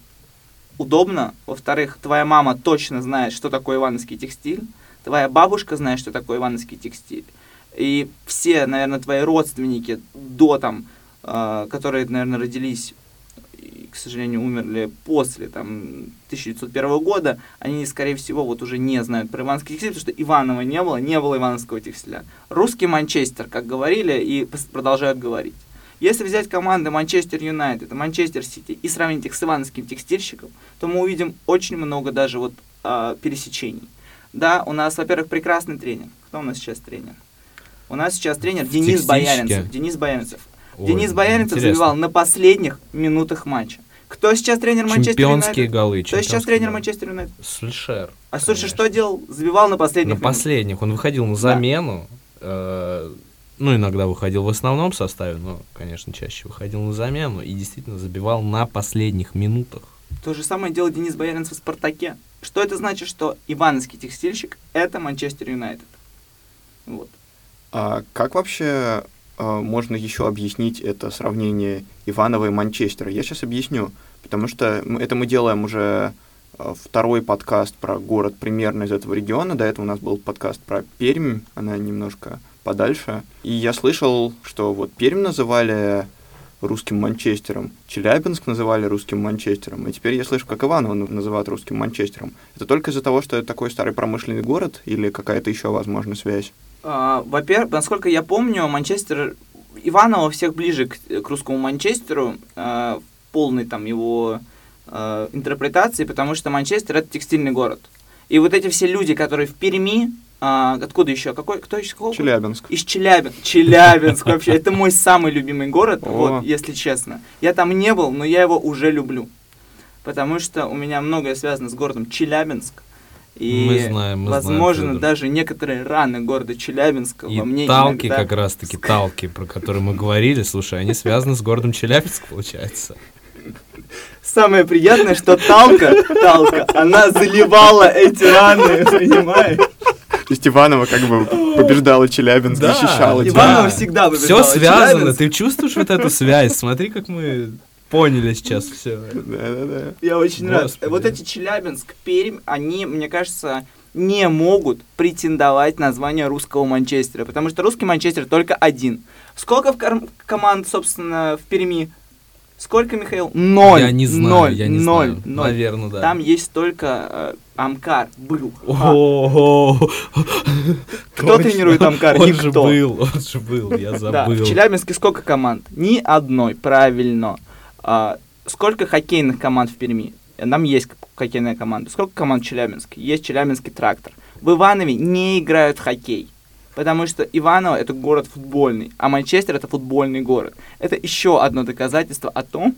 удобно, во-вторых, твоя мама точно знает, что такое ивановский текстиль, твоя бабушка знает, что такое ивановский текстиль, и все, наверное, твои родственники до там, э, которые, наверное, родились и, к сожалению, умерли после там тысяча девятьсот первого года, они, скорее всего, вот уже не знают про ивановский текстиль, потому что Иванова не было, не было ивановского текстиля. Русский Манчестер, как говорили и продолжают говорить. Если взять команды Манчестер Юнайтед и Манчестер Сити и сравнить их с ивановским текстильщиком, то мы увидим очень много даже вот э, пересечений. Да, у нас, во-первых, прекрасный тренер. Кто у нас сейчас тренер? У нас сейчас тренер В Денис текстильщике? Бояринцев. Денис Бояринцев. Ой, Денис Бояринцев интересно. забивал на последних минутах матча. Кто сейчас тренер Манчестер Чемпионские Юнайтед? голы. Кто сейчас чемпионские тренер голы. Манчестер Юнайтед? Сульшер. А слушай, конечно. что делал? Забивал на последних На минутах. последних. Он выходил на замену. э, ну, иногда выходил в основном составе, но, конечно, чаще выходил на замену и действительно забивал на последних минутах. То же самое делал Денис Бояринцев в «Спартаке». Что это значит, что ивановский текстильщик — это Манчестер Юнайтед? Вот. А как вообще а, можно еще объяснить это сравнение Иванова и Манчестера? Я сейчас объясню, потому что мы- это мы делаем уже а, второй подкаст про город примерно из этого региона. До этого у нас был подкаст про Пермь, она немножко подальше. И я слышал, что вот Пермь называли русским Манчестером, Челябинск называли русским Манчестером, и теперь я слышу, как Иваново называют русским Манчестером. Это только из-за того, что это такой старый промышленный город, или какая-то еще, возможно, связь? А, во-первых, насколько я помню, Манчестер... Иваново всех ближе к, к русскому Манчестеру а, в полной там его а, интерпретации, потому что Манчестер — это текстильный город. И вот эти все люди, которые в Перми... А, откуда еще? Какой, кто еще? Какого? Челябинск. Из Челябинска. Челябинск вообще. Это мой самый любимый город, О. вот, если честно. Я там не был, но я его уже люблю. Потому что у меня многое связано с городом Челябинск. И, Мы знаем, мы знаем, возможно, Фёдор. даже некоторые раны города Челябинска И во мне талки, иногда... как раз-таки талки, про которые мы говорили, слушай, они связаны с городом Челябинск, получается. Самое приятное, что Талка, Талка, она заливала эти раны, понимаешь? То есть Иваново как бы побеждала Челябинск, Да, защищала Иваново Челябинск. Иваново всегда Все побеждала связано, Челябинск. ты чувствуешь вот эту связь? Смотри, как мы поняли сейчас все. Да-да-да. Я очень Господи. рад. Вот эти Челябинск, Пермь, они, мне кажется, не могут претендовать на звание русского Манчестера, потому что русский Манчестер только один. Сколько в кор- команд, собственно, в Перми? Сколько, Михаил? Ноль. Я не знаю, ноль, я не ноль, знаю. ноль. Наверное, да. Там есть только э, Амкар. Был. А, Ого! Кто Точно. тренирует Амкар? Он же Никто. был, он же был, я Да, забыл. в Челябинске сколько команд? Ни одной, правильно. А, сколько хоккейных команд в Перми? Нам есть хоккейная команда. Сколько команд в Челябинске? Есть Челябинский трактор. В Иванове не играют в хоккей. Потому что Иваново — это город футбольный, а Манчестер — это футбольный город. Это еще одно доказательство о том,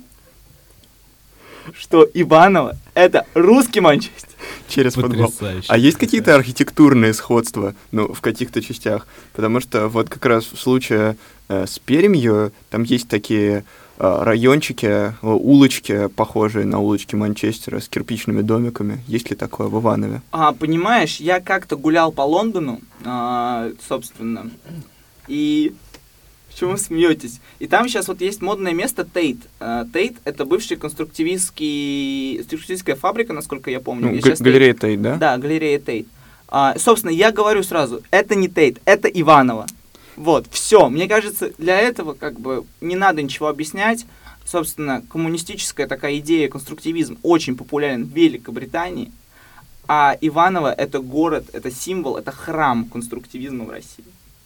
что Иваново — это русский Манчестер. Через футбол. Потрясающе. А есть какие-то архитектурные сходства, ну, в каких-то частях? Потому что вот как раз в случае э, с Пермью там есть такие райончики, улочки, похожие на улочки Манчестера, с кирпичными домиками. Есть ли такое в Иванове? А, понимаешь, я как-то гулял по Лондону, а, собственно, и... Почему вы смеетесь? И там сейчас вот есть модное место Тейт. Тейт — это бывший конструктивистский... конструктивистская фабрика, насколько я помню. Ну, г- галерея Тейт, да? Да, галерея Тейт. А, собственно, я говорю сразу, это не Тейт, это Иваново. Вот, все. Мне кажется, для этого как бы не надо ничего объяснять. Собственно, коммунистическая такая идея, конструктивизм очень популярен в Великобритании. А Иваново — это город, это символ, это храм конструктивизма в России.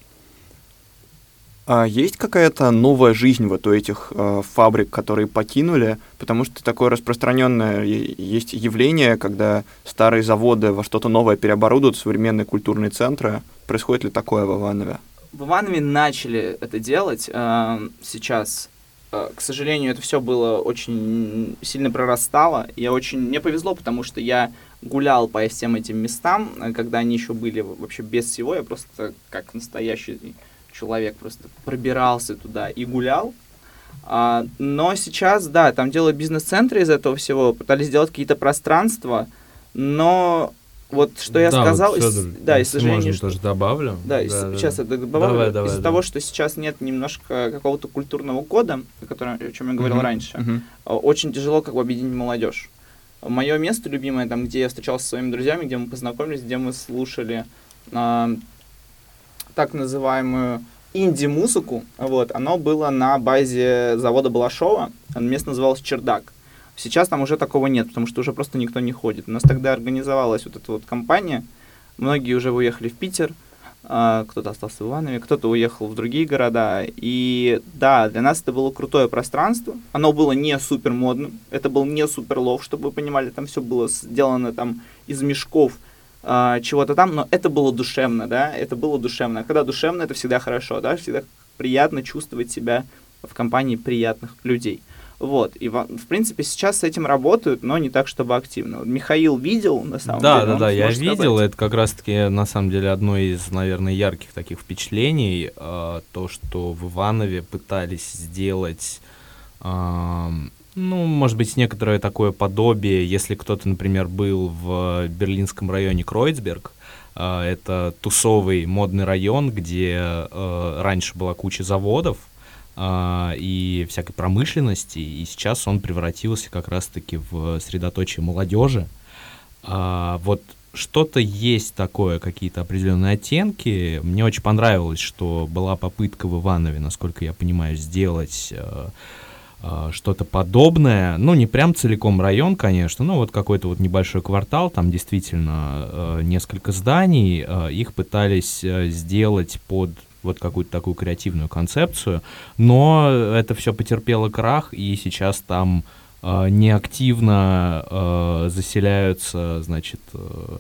А есть какая-то новая жизнь вот у этих э, фабрик, которые покинули? Потому что такое распространенное есть явление, когда старые заводы во что-то новое переоборудуют в современные культурные центры. Происходит ли такое в Иванове? В Иванове начали это делать. э, Сейчас, э, к сожалению, это все было очень сильно прорастало. Я очень... Мне повезло, потому что я гулял по всем этим местам, э, когда они еще были вообще без всего. Я просто как настоящий человек просто пробирался туда и гулял. А, но сейчас, да, там делают бизнес-центры из этого всего, пытались сделать какие-то пространства, но вот что я да, сказал... Вот, Фёдор, из, да, и, к сожалению, можно что, тоже добавлю. Да, да, из, да, сейчас да. это добавлю. Давай, давай, Из-за да. того, что сейчас нет немножко какого-то культурного кода, о, котором, о чем я говорил Мгм, раньше, мгм. очень тяжело как бы объединить молодежь. Мое место любимое, там, где я встречался со своими друзьями, где мы познакомились, где мы слушали а, так называемую инди-музыку, вот, оно было на базе завода Балашова, место называлось «Чердак». Сейчас там уже такого нет, потому что уже просто никто не ходит. У нас тогда организовалась вот эта вот компания, многие уже уехали в Питер, а, кто-то остался в Иванове, кто-то уехал в другие города, и да, для нас это было крутое пространство, оно было не супер модным, это был не супер лов, чтобы вы понимали, там все было сделано там из мешков, Uh, чего-то там, но это было душевно, да, это было душевно. А когда душевно, это всегда хорошо, да, всегда приятно чувствовать себя в компании приятных людей. Вот, и в, в принципе сейчас с этим работают, но не так, чтобы активно. Вот Михаил видел, на самом да, деле. Да, да, да, я сказать. видел, это как раз-таки, на самом деле, одно из, наверное, ярких таких впечатлений, э, то, что в Иванове пытались сделать... Э, Ну, может быть, некоторое такое подобие, если кто-то, например, был в берлинском районе Кройцберг, э, это тусовый модный район, где э, раньше была куча заводов э, и всякой промышленности, и сейчас он превратился как раз-таки в средоточие молодежи. Э, вот что-то есть такое, какие-то определенные оттенки. Мне очень понравилось, что была попытка в Иванове, насколько я понимаю, сделать... Э, что-то подобное, ну, не прям целиком район, конечно, но вот какой-то вот небольшой квартал, там действительно э, несколько зданий, э, их пытались э, сделать под вот какую-то такую креативную концепцию, но это все потерпело крах, и сейчас там э, неактивно э, заселяются, значит, э,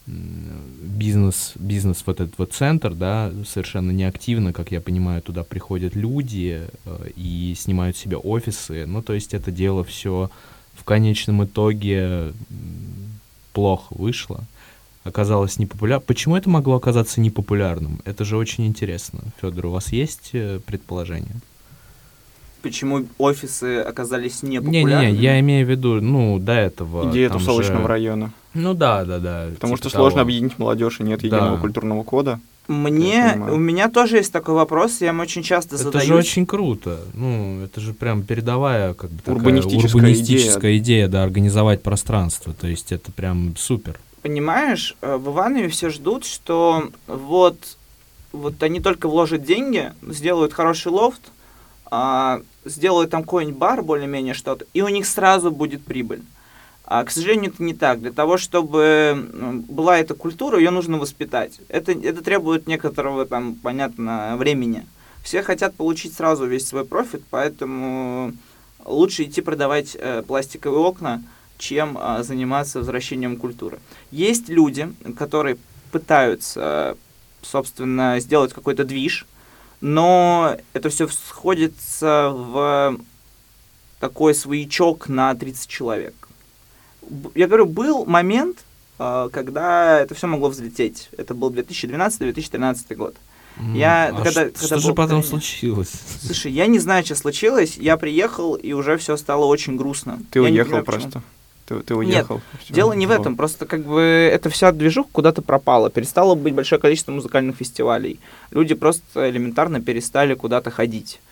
бизнес, бизнес, вот этот вот центр, да, совершенно неактивно, как я понимаю, туда приходят люди э, и снимают себе офисы, ну, то есть это дело все в конечном итоге плохо вышло, оказалось непопулярным. Почему это могло оказаться непопулярным? Это же очень интересно. Фёдор, у вас есть предположение? Почему офисы оказались непопулярными? Не-не-не, я имею в виду, ну, до этого... Идея там тусовочного же... района. Ну да, да, да. Потому типа что сложно того. объединить молодежь, и нет Да. единого культурного кода. Мне, у меня тоже есть такой вопрос, я им очень часто это задаюсь. Это же очень круто. Ну, это же прям передовая, как бы, такая урбанистическая, урбанистическая идея. идея, да, организовать пространство. То есть это прям супер. Понимаешь, в Иванове все ждут, что вот, вот они только вложат деньги, сделают хороший лофт, а, сделают там какой-нибудь бар, более-менее что-то, и у них сразу будет прибыль. А, к сожалению, это не так. Для того, чтобы была эта культура, ее нужно воспитать. Это, это требует некоторого, там, понятно, времени. Все хотят получить сразу весь свой профит, поэтому лучше идти продавать э, пластиковые окна, чем э, заниматься возвращением культуры. Есть люди, которые пытаются, собственно, сделать какой-то движ, но это все сходится в такой своячок на тридцать человек. Я говорю, был момент, когда это все могло взлететь. Это был две тысячи двенадцатый - две тысячи тринадцатый год. Я, а когда, ш- когда что же было потом поколение- случилось? Слушай, я не знаю, что случилось. Я приехал, и уже все стало очень грустно. Ты Я не уехал понимаю, почему. просто. Ты, ты уехал. Всё. Дело не в Вот. этом, просто как бы эта вся движуха куда-то пропала. Перестало быть большое количество музыкальных фестивалей. Люди просто элементарно перестали куда-то ходить.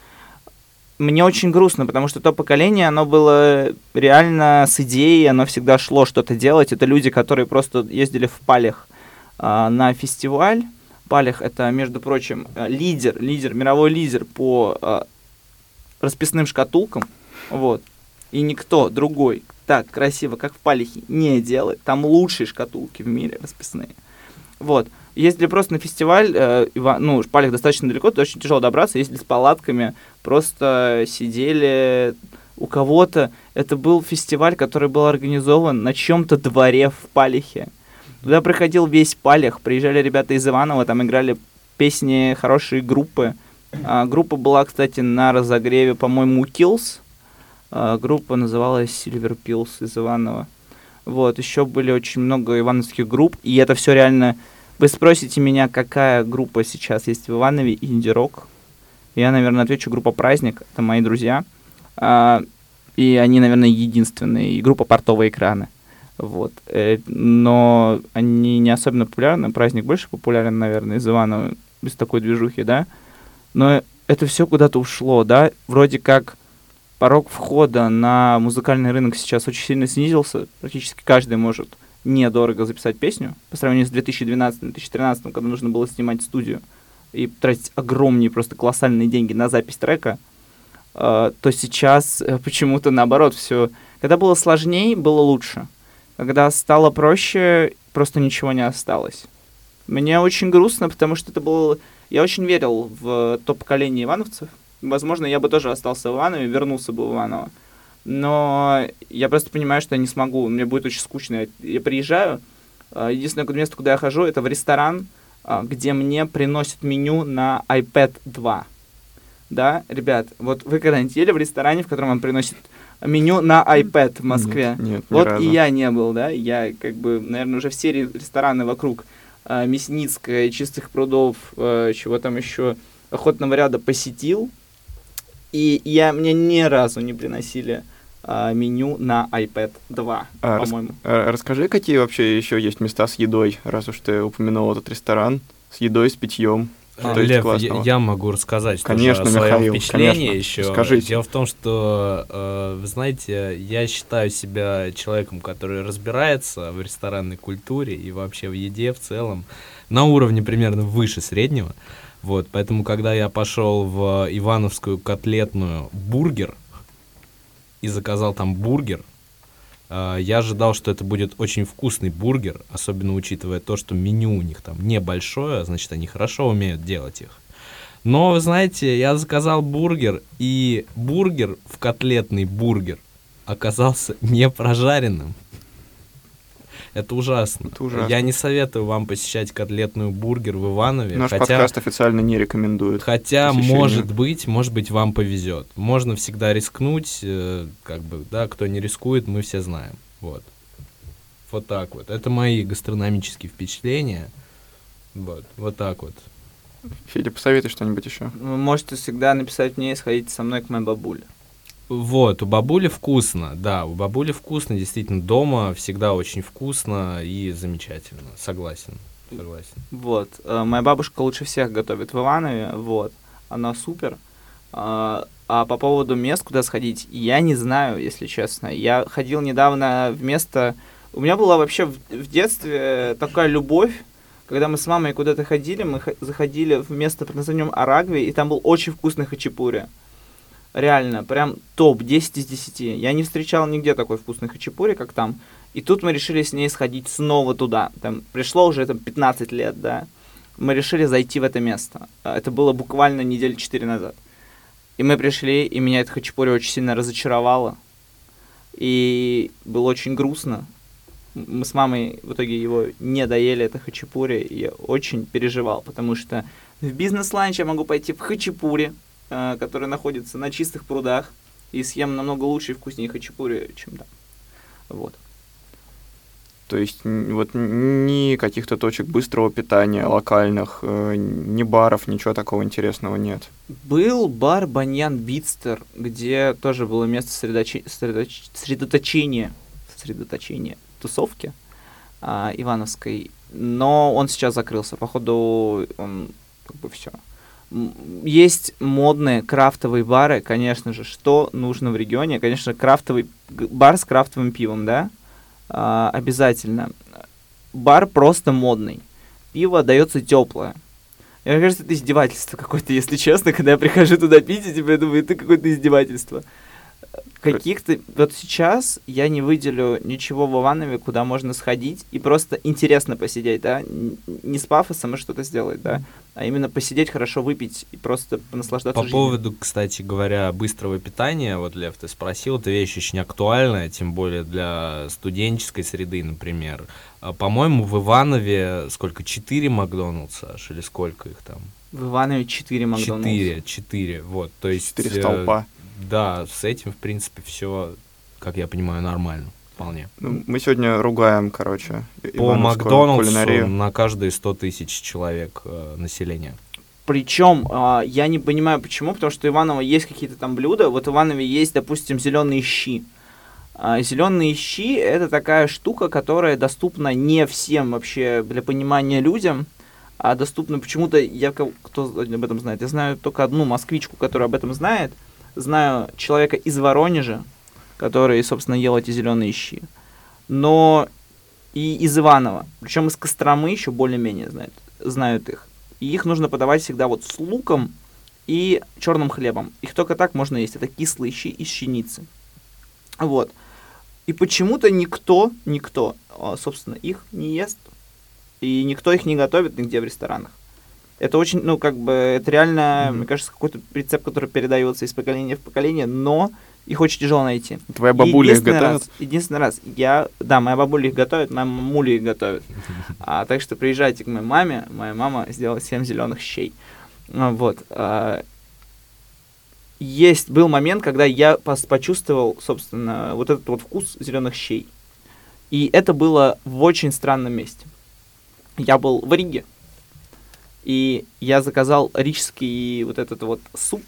Мне очень грустно, потому что то поколение, оно было реально с идеей, оно всегда шло что-то делать. Это люди, которые просто ездили в Палях а, на фестиваль. Палях — это, между прочим, а, лидер, лидер, мировой лидер по а, расписным шкатулкам. Вот. И никто другой так красиво, как в Палихе, не делает. Там лучшие шкатулки в мире расписные. Вот. Ездили просто на фестиваль, э, Ива- ну, Палих достаточно далеко, туда очень тяжело добраться, ездили с палатками, просто сидели у кого-то. Это был фестиваль, который был организован на чьем-то дворе в Палихе. Туда приходил весь Палих, приезжали ребята из Иванова, там играли песни, хорошие группы. А, группа была, кстати, на разогреве, по-моему, у Kills. А, группа называлась Silver Pills из Иванова. Вот, еще были очень много ивановских групп, и это все реально... Вы спросите меня, какая группа сейчас есть в Иванове, инди-рок. Я, наверное, отвечу: группа «Праздник», это мои друзья. А, и они, наверное, единственные, и группа «Портовые экраны». Вот. Э, но они не особенно популярны, «Праздник» больше популярен, наверное, из Иванова, без такой движухи, да. Но это все куда-то ушло, да, вроде как... Порог входа на музыкальный рынок сейчас очень сильно снизился. Практически каждый может недорого записать песню. По сравнению с две тысячи двенадцатым — две тысячи тринадцатым, когда нужно было снимать студию и тратить огромные, просто колоссальные деньги на запись трека, э, то сейчас э, почему-то наоборот все. Когда было сложнее, было лучше. Когда стало проще, просто ничего не осталось. Мне очень грустно, потому что это было... Я очень верил в то поколение ивановцев. Возможно, я бы тоже остался в Иванове, вернулся бы в Иваново. Но я просто понимаю, что я не смогу, мне будет очень скучно. Я приезжаю, единственное место, куда я хожу, это в ресторан, где мне приносят меню на ай пэд два. Да, ребят, вот вы когда-нибудь ели в ресторане, в котором вам приносят меню на iPad в Москве? Нет, нет, ни вот разу. И я не был, да, я как бы, наверное, уже все рестораны вокруг э, Мясницкая, Чистых прудов, э, чего там еще, Охотного ряда посетил, и я, мне ни разу не приносили э, меню на ай пэд два, А, по-моему. Рас, а, расскажи, какие вообще еще есть места с едой, раз уж ты упомянул этот ресторан, с едой, с питьем. А, Что есть Лев, я, классного? я могу рассказать Конечно, тоже о своем Михаил, впечатлении конечно. еще. Скажите. Дело в том, что, э, вы знаете, я считаю себя человеком, который разбирается в ресторанной культуре и вообще в еде в целом на уровне примерно выше среднего. Вот, поэтому, когда я пошел в Ивановскую котлетную бургер и заказал там бургер, Uh, я ожидал, что это будет очень вкусный бургер, особенно учитывая то, что меню у них там небольшое, значит, они хорошо умеют делать их. Но, вы знаете, я заказал бургер, и бургер в котлетный бургер оказался не прожаренным. Это ужасно. Это ужасно. Я не советую вам посещать котлетную бургер в Иванове. Наш хотя... подкаст официально не рекомендует. Хотя, посещение. может быть, может быть, вам повезет. Можно всегда рискнуть, э, как бы, да, кто не рискует, мы все знаем. Вот. Вот так вот. Это мои гастрономические впечатления. Вот, вот так вот. Федя, посоветуй что-нибудь еще. Вы можете всегда написать мне и сходить со мной к моей бабуле. Вот, у бабули вкусно, да, у бабули вкусно, действительно, дома всегда очень вкусно и замечательно, согласен, согласен. Вот, э, моя бабушка лучше всех готовит в Иванове, вот, она супер. А, а по поводу мест, куда сходить, я не знаю, если честно. Я ходил недавно в место... У меня была вообще в, в детстве такая любовь, когда мы с мамой куда-то ходили, мы х- заходили в место под названием Арагви, и там был очень вкусный хачапури. Реально, прям топ, десять из десяти. Я не встречал нигде такой вкусной хачапури, как там. И тут мы решили с ней сходить снова туда. Там пришло уже там, пятнадцать лет, да. Мы решили зайти в это место. Это было буквально недели четыре назад. И мы пришли, и меня это хачапури очень сильно разочаровало. И было очень грустно. Мы с мамой в итоге его не доели, это хачапури. И я очень переживал, потому что в бизнес-ланч я могу пойти в хачапури, который находится на Чистых прудах, и съем намного лучше и вкуснее хачапури, чем там. Вот. То есть н- вот ни каких-то точек быстрого питания локальных, э, ни баров, ничего такого интересного нет. Был бар Баньян Битстер, где тоже было место средочи- средоч- средоточения, средоточения тусовки а, ивановской, но он сейчас закрылся. Походу, он как бы все. Есть модные крафтовые бары, конечно же, что нужно в регионе. Конечно, крафтовый г- бар с крафтовым пивом, да, а, обязательно. Бар просто модный. Пиво дается теплое. Мне кажется, это издевательство какое-то, если честно, когда я прихожу туда пить, и типа, я думаю, это какое-то издевательство. Каких-то... Вот сейчас я не выделю ничего в Иванове, куда можно сходить и просто интересно посидеть, да, Н- не с пафосом и что-то сделать, да, а именно посидеть, хорошо выпить и просто наслаждаться По жизнью. поводу, кстати говоря, быстрого питания, вот, Лев, ты спросил, это вещь очень актуальная, тем более для студенческой среды, например. А, По-моему, в Иванове сколько, четыре Макдональдса аж, или сколько их там? В Иванове четыре Макдональдса. Четыре, четыре, вот, то есть... Четыре э, столпа. Да, с этим, в принципе, все, как я понимаю, нормально, вполне. Ну, мы сегодня ругаем, короче, По ивановскую Макдональдсу кулинарию. на каждые сто тысяч человек э, населения. Причем а, я не понимаю почему, потому что у Иванова есть какие-то там блюда. Вот в Иванове есть, допустим, зеленые щи. А, зеленые щи это такая штука, которая доступна не всем вообще для понимания людям, а доступна почему-то, я ко- кто об этом знает, я знаю только одну москвичку, которая об этом знает. Знаю человека из Воронежа, который, собственно, ел эти зеленые щи. Но и из Иванова, причем из Костромы еще более-менее знают, знают их. И их нужно подавать всегда вот с луком и черным хлебом. Их только так можно есть. Это кислые щи из пшеницы. Вот. И почему-то никто, никто, а, собственно, их не ест. И никто их не готовит нигде в ресторанах. Это очень, ну, как бы, это реально, Мгм. мне кажется, какой-то рецепт, который передается из поколения в поколение, но их очень тяжело найти. Твоя бабуля их Единственный готовит? раз- единственный раз, я, да, моя бабуля их готовит, моя мамуля их готовит. А, так что приезжайте к моей маме, моя мама сделала семь зеленых щей. А, вот. а, есть, был момент, когда я пос- почувствовал, собственно, вот этот вот вкус зеленых щей. И это было в очень странном месте. Я был в Риге, и я заказал рижский вот этот вот суп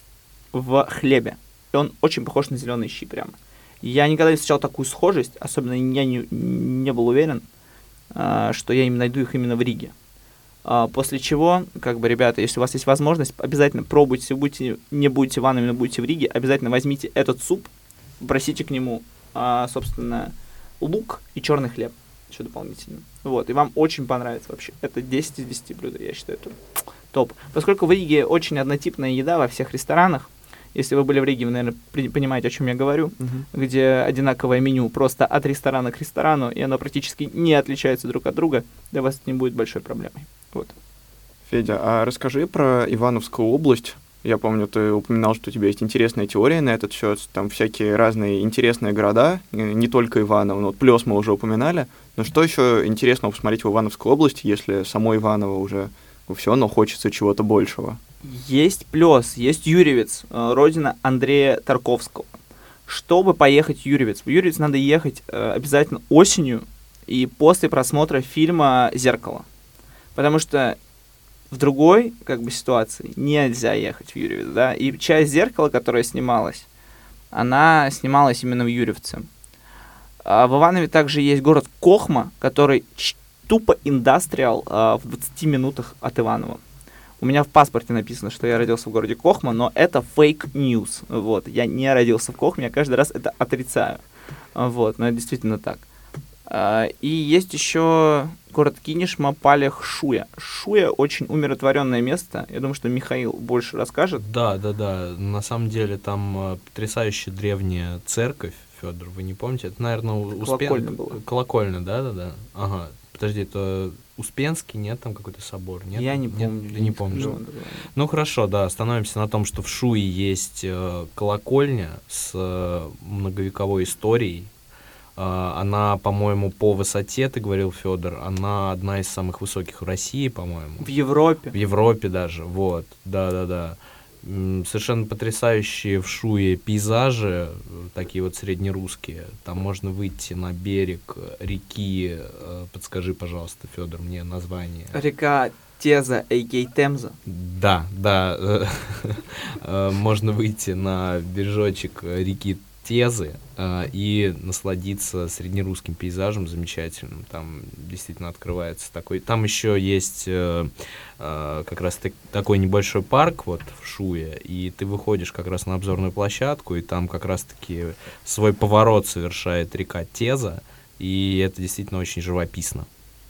в хлебе. И он очень похож на зеленые щи прямо. Я никогда не встречал такую схожесть, особенно я не, не был уверен, а, что я им найду их именно в Риге. А, после чего, как бы, ребята, если у вас есть возможность, обязательно пробуйте, если вы будете, не будете в Иванове, но будете в Риге, обязательно возьмите этот суп, попросите к нему, а, собственно, лук и черный хлеб еще дополнительно. Вот, и вам очень понравится вообще. Это десять из десяти блюда, я считаю, это топ. Поскольку в Риге очень однотипная еда во всех ресторанах, если вы были в Риге, вы, наверное, при- понимаете, о чем я говорю, Мгм. где одинаковое меню просто от ресторана к ресторану, и оно практически не отличается друг от друга, для вас это не будет большой проблемой. Вот. Федя, а расскажи про Ивановскую область. Я помню, ты упоминал, что у тебя есть интересная теория на этот счет. Там всякие разные интересные города, э, не только Иваново. Ну, вот Плёс мы уже упоминали. Но что еще интересного посмотреть в Ивановской области, если само Иваново уже все, но хочется чего-то большего? Есть Плёс, есть Юрьевец, э, родина Андрея Тарковского. Чтобы поехать в Юрьевец, в Юрьевец надо ехать э, обязательно осенью и после просмотра фильма «Зеркало». Потому что в другой, как бы, ситуации нельзя ехать в Юрьевец, да. И часть «Зеркала», которая снималась, она снималась именно в Юрьевце. А в Иванове также есть город Кохма, который ч- тупо индастриал а, в двадцати минутах от Иванова. У меня в паспорте написано, что я родился в городе Кохма, но это фейк-ньюс. Вот. Я не родился в Кохме, я каждый раз это отрицаю. А, Вот, но это действительно так. А, И есть еще город Кинешма, Палех, Шуя. Шуя очень умиротворенное место. Я думаю, что Михаил больше расскажет. Да, да, да. На самом деле там э, потрясающе древняя церковь, Федор, вы не помните? Это, наверное, у- Успен... Колокольня была. Колокольня, да, да, да. Ага. Подожди, это Успенский, нет, там какой-то собор, нет? Я не Нет? помню. Ты не помнишь? скажу вам такое. Ну хорошо, да, остановимся на том, что в Шуе есть э, колокольня с э, многовековой историей. Э, она, по-моему, по высоте, ты говорил, Федор, она одна из самых высоких в России, по-моему. В Европе. В Европе даже, вот, да-да-да. М, Совершенно потрясающие в Шуе пейзажи, э, такие вот среднерусские. Там можно выйти на берег реки. э, Подскажи, пожалуйста, Федор, мне название. Река Теза, а.к.а. Темза. Да, да. э, э, Можно выйти на бережочек реки Тезы э, и насладиться среднерусским пейзажем замечательным. Там действительно открывается такой. Там еще есть э, э, как раз так- такой небольшой парк вот в Шуе, и ты выходишь как раз на обзорную площадку, и там как раз-таки свой поворот совершает река Теза, и это действительно очень живописно.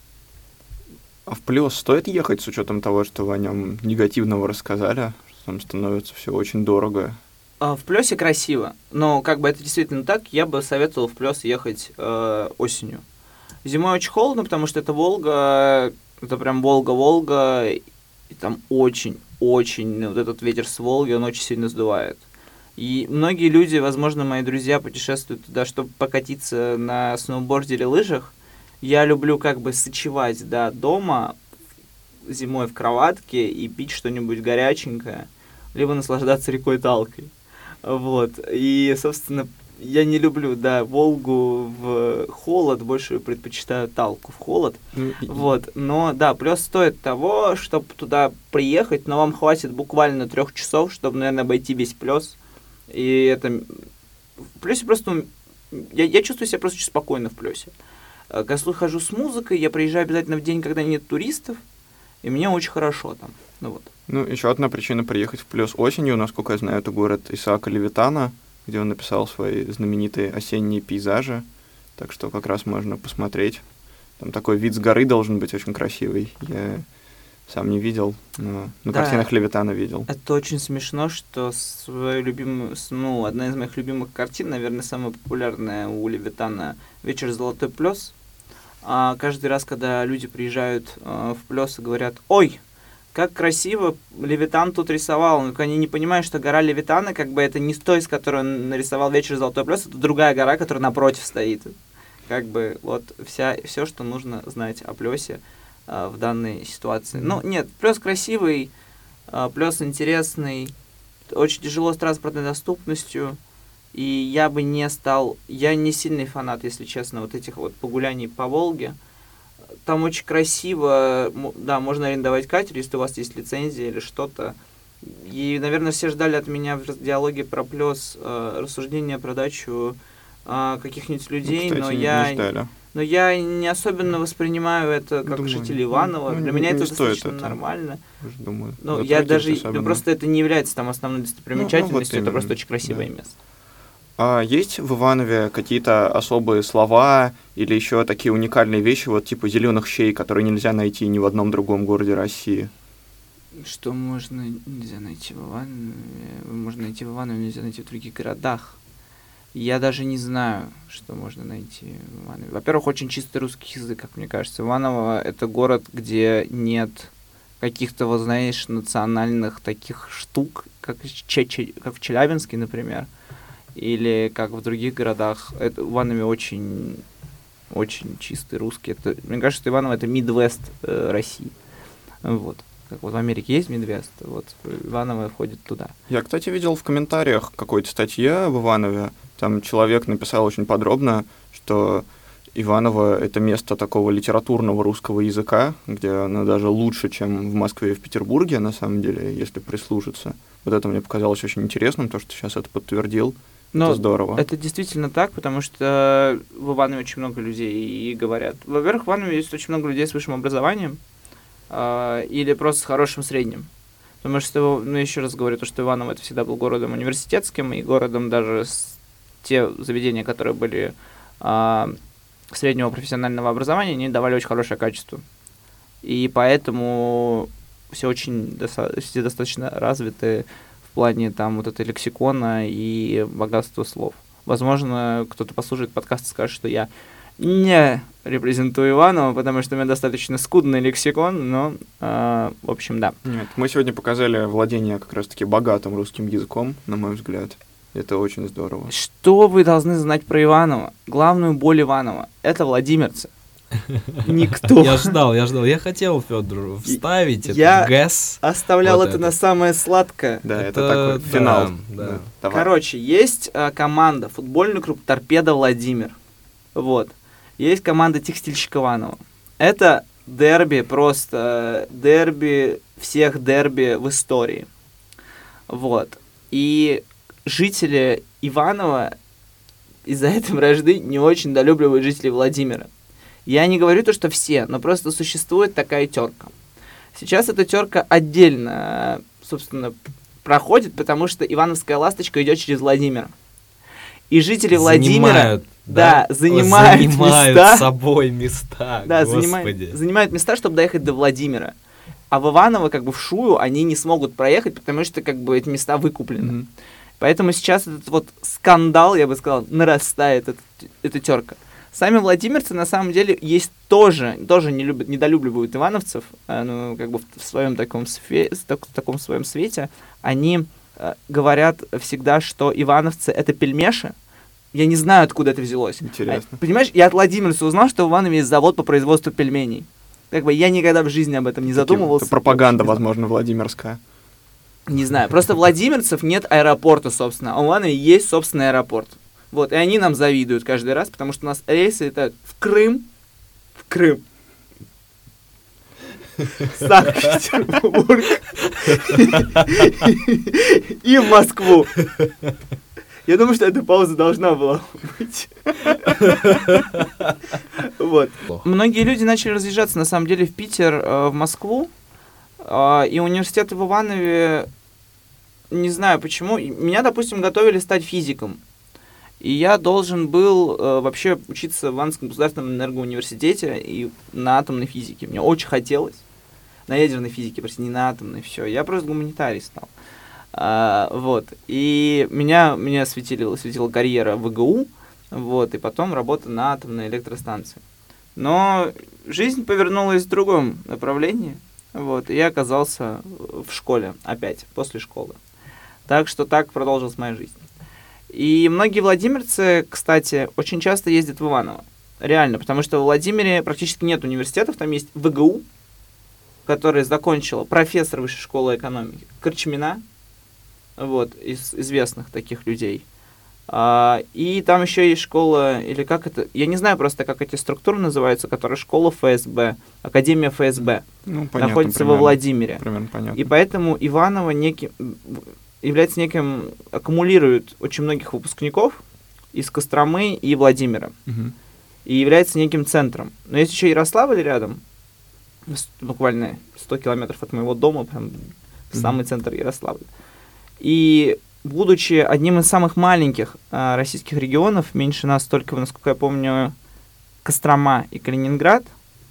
А в Плес стоит ехать с учетом того, что вы о нем негативного рассказали, что там становится все очень дорого? А, В Плёсе красиво, но как бы это действительно так, я бы советовал в Плёс ехать э, осенью. Зимой очень холодно, потому что это Волга, это прям Волга-Волга, и там очень-очень, вот этот ветер с Волги, он очень сильно сдувает. И многие люди, возможно, мои друзья, путешествуют туда, чтобы покатиться на сноуборде или лыжах. Я люблю как бы сочевать, да, дома, зимой в кроватке и пить что-нибудь горяченькое, либо наслаждаться рекой Талкой. Вот. И, собственно, я не люблю, да, Волгу в холод, больше предпочитаю Талку в холод. Ну, и- Вот. Но, да, плюс стоит того, чтобы туда приехать, но вам хватит буквально трех часов, чтобы, наверное, обойти весь Плёс. И это... В Плёсе просто... Я, я чувствую себя просто очень спокойно в Плёсе. Э, Когда я хожу с музыкой, я приезжаю обязательно в день, когда нет туристов, и мне очень хорошо там. Ну вот. Ну, еще одна причина приехать в Плес осенью, насколько я знаю, это город Исаака Левитана, где он написал свои знаменитые осенние пейзажи. Так что как раз можно посмотреть. Там такой вид с горы должен быть очень красивый. Я сам не видел, но на Да. картинах Левитана видел. Это очень смешно, что свою любимую, с- ну, одна из моих любимых картин, наверное, самая популярная у Левитана «Вечер золотой Плёс». А каждый раз, когда люди приезжают э, в Плёс и говорят: «Ой, как красиво Левитан тут рисовал», но они не понимают, что гора Левитана, как бы это не с той, с которой он нарисовал «Вечер золотой Плёс», это другая гора, которая напротив стоит. Как бы вот вся, все, что нужно знать о Плёсе э, в данной ситуации. Ну, нет, Плёс красивый, э, Плёс интересный, очень тяжело с транспортной доступностью, и я бы не стал... Я не сильный фанат, если честно, вот этих вот погуляний по Волге. Там очень красиво, м- да, можно арендовать катер, если у вас есть лицензия или что-то. И, наверное, все ждали от меня в раз- диалоге про Плёс э, рассуждения про дачу э, каких-нибудь Ну, людей, кстати, но не- я... не ждали. Но я не особенно воспринимаю это как Думаю, житель ну, Иванова. ну, Для не- меня не это стоит достаточно это. нормально. Уже думаю, Ну, я затрагивать даже... особенно. Ну, просто это не является там основной достопримечательностью, это именно, просто очень красивое да. место. А есть в Иванове какие-то особые слова или еще такие уникальные вещи, вот типа зеленых щей, которые нельзя найти ни в одном другом городе России? Что можно нельзя найти в Иванове, можно найти в Иванове, нельзя найти в других городах. Я даже не знаю, что можно найти в Иванове. Во-первых, очень чистый русский язык, как мне кажется. Иваново — это город, где нет каких-то, вот знаешь, национальных таких штук, как, в Че- как в Челябинске, например, или как в других городах. Это, в Иванове очень, очень чистый русский. Это, мне кажется, что Иваново — это Мидвест э, России. Вот. Как вот в Америке есть Мидвест, вот Иваново входит туда. Я, кстати, видел в комментариях какой-то статье в Иванове, там человек написал очень подробно, что Иваново — это место такого литературного русского языка, где оно даже лучше, чем в Москве и в Петербурге, на самом деле, если прислушаться. Вот это мне показалось очень интересным, то, что сейчас это подтвердил. Но это здорово. это действительно так, потому что в Иванове очень много людей и говорят. Во-первых, в Иванове есть очень много людей с высшим образованием э, или просто с хорошим средним. Потому что, ну, еще раз говорю, то, что Иваново это всегда был городом университетским и городом даже с те заведения, которые были э, среднего профессионального образования, они давали очень хорошее качество. И поэтому все очень доста- все достаточно развиты в плане там вот этой лексикона и богатства слов. Возможно, кто-то послушает подкаст и скажет, что я не репрезентую Иваново, потому что у меня достаточно скудный лексикон, но, э, в общем, да. Нет, мы сегодня показали владение как раз-таки богатым русским языком, на мой взгляд. Это очень здорово. Что вы должны знать про Иваново? Главную боль Иванова — это владимирцы. Никто. Я ждал, я ждал. Я хотел Федору вставить этот Я гэс. оставлял Вот это это. на самое сладкое. Да, это, Это- такой да, финал. да. давай. Короче, есть а, команда, футбольный клуб «Торпедо Владимир». Вот. Есть команда «Текстильщик Иваново». Это дерби, просто дерби всех дерби в истории. Вот. И жители Иванова из-за этой вражды не очень недолюбливают жителей Владимира. Я не говорю то, что все, но просто существует такая терка. Сейчас эта терка отдельно, собственно, проходит, потому что Ивановская ласточка идет через Владимир. И жители Владимира Занимают, да, занимают занимают места. собой места, да, господи. занимают, занимают места, чтобы доехать до Владимира. А в Иваново, как бы в Шую, они не смогут проехать, потому что как бы эти места выкуплены. Мгм. Поэтому сейчас этот вот скандал, я бы сказал, нарастает, этот, эта терка. Сами владимирцы, на самом деле, есть тоже, тоже не любят, недолюбливают ивановцев, э, ну, как бы в, в своем таком, све- так, таком своем свете. Они э, говорят всегда, что ивановцы — это пельмеши. Я не знаю, откуда это взялось. Интересно. А, понимаешь, я от владимирца узнал, что в Иванове есть завод по производству пельменей. Как бы я никогда в жизни об этом не задумывался. Это пропаганда, Не знаю. возможно, владимирская. Не знаю, просто владимирцев нет аэропорта, собственно, а у Иваново есть собственный аэропорт. Вот, и они нам завидуют каждый раз, потому что у нас рейсы это в Крым, в Крым, Санкт-Петербург и в Москву. Я думаю, что эта пауза должна была быть. Вот. Плохо. Многие люди начали разъезжаться, на самом деле, в Питер, э, в Москву, э, и университеты в Иванове, не знаю почему, и меня, допустим, готовили стать физиком. И я должен был э, вообще учиться в Ивановском государственном энергоуниверситете и на атомной физике. Мне очень хотелось. На ядерной физике, прости, не на атомной, все. Я просто гуманитарий стал. А, вот. И меня, меня светила, светила карьера в ИГУ, вот, и потом работа на атомной электростанции. Но жизнь повернулась в другом направлении, вот, и я оказался в школе опять, после школы. Так что так продолжилась моя жизнь. И многие владимирцы, кстати, очень часто ездят в Иваново. Реально, потому что в Владимире практически нет университетов, там есть ВГУ, который закончила профессор высшей школы экономики Корчмина, вот, из известных таких людей. А, и там еще есть школа, или как это, я не знаю просто, как эти структуры называются, которая школа ФСБ, Академия ФСБ, Ну, понятно, находится примерно, во Владимире. Примерно понятно. И поэтому Иваново неким, является неким, аккумулирует очень многих выпускников из Костромы и Владимира. Мгм. И является неким центром. Но есть еще Ярославль рядом, с- буквально сто километров от моего дома, прям в самый Мгм. центр Ярославля. И будучи одним из самых маленьких а, российских регионов, меньше нас только, насколько я помню, Кострома и Калининград,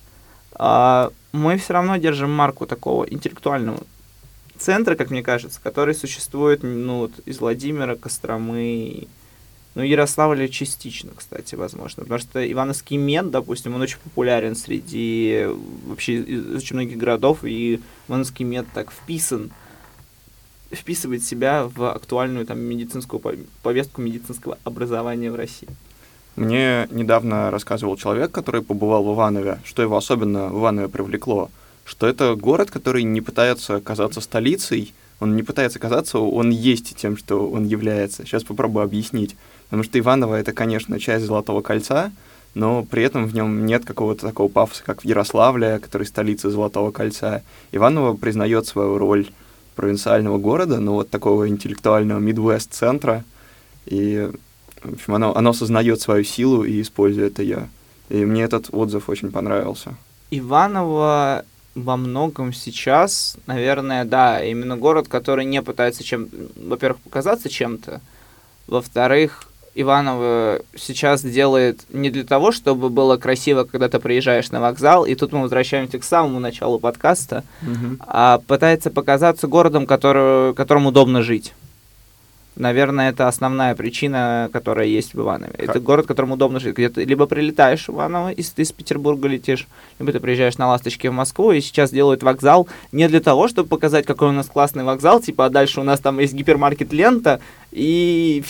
а, мы все равно держим марку такого интеллектуального центра, как мне кажется, который существует, ну, вот, из Владимира, Костромы, ну, Ярославля частично, кстати, возможно. Потому что Ивановский мед, допустим, он очень популярен среди вообще из очень многих городов, и Ивановский мед так вписан, вписывает себя в актуальную там медицинскую пов- повестку медицинского образования в России. Мне недавно рассказывал человек, который побывал в Иванове, что его особенно в Иванове привлекло, что это город, который не пытается казаться столицей, он не пытается казаться, он есть тем, что он является. Сейчас попробую объяснить. Потому что Иваново — это, конечно, часть Золотого кольца, но при этом в нем нет какого-то такого пафоса, как в Ярославле, который столица Золотого кольца. Иваново признает свою роль провинциального города, но вот такого интеллектуального мидвест-центра, и, в общем, оно, оно сознает свою силу и использует ее. И мне этот отзыв очень понравился. Иваново во многом сейчас, наверное, да, именно город, который не пытается чем, во-первых, показаться чем-то, во-вторых, Иваново сейчас делает не для того, чтобы было красиво, когда ты приезжаешь на вокзал, и тут мы возвращаемся к самому началу подкаста, а пытается показаться городом, который, которому удобно жить. Наверное, это основная причина, которая есть в Иванове. Это Как? город, которому удобно жить. Где ты либо прилетаешь в Иваново, если ты из Петербурга летишь, либо ты приезжаешь на «Ласточке» в Москву, и сейчас делают вокзал не для того, чтобы показать, какой у нас классный вокзал, типа, а дальше у нас там есть гипермаркет «Лента», и вс-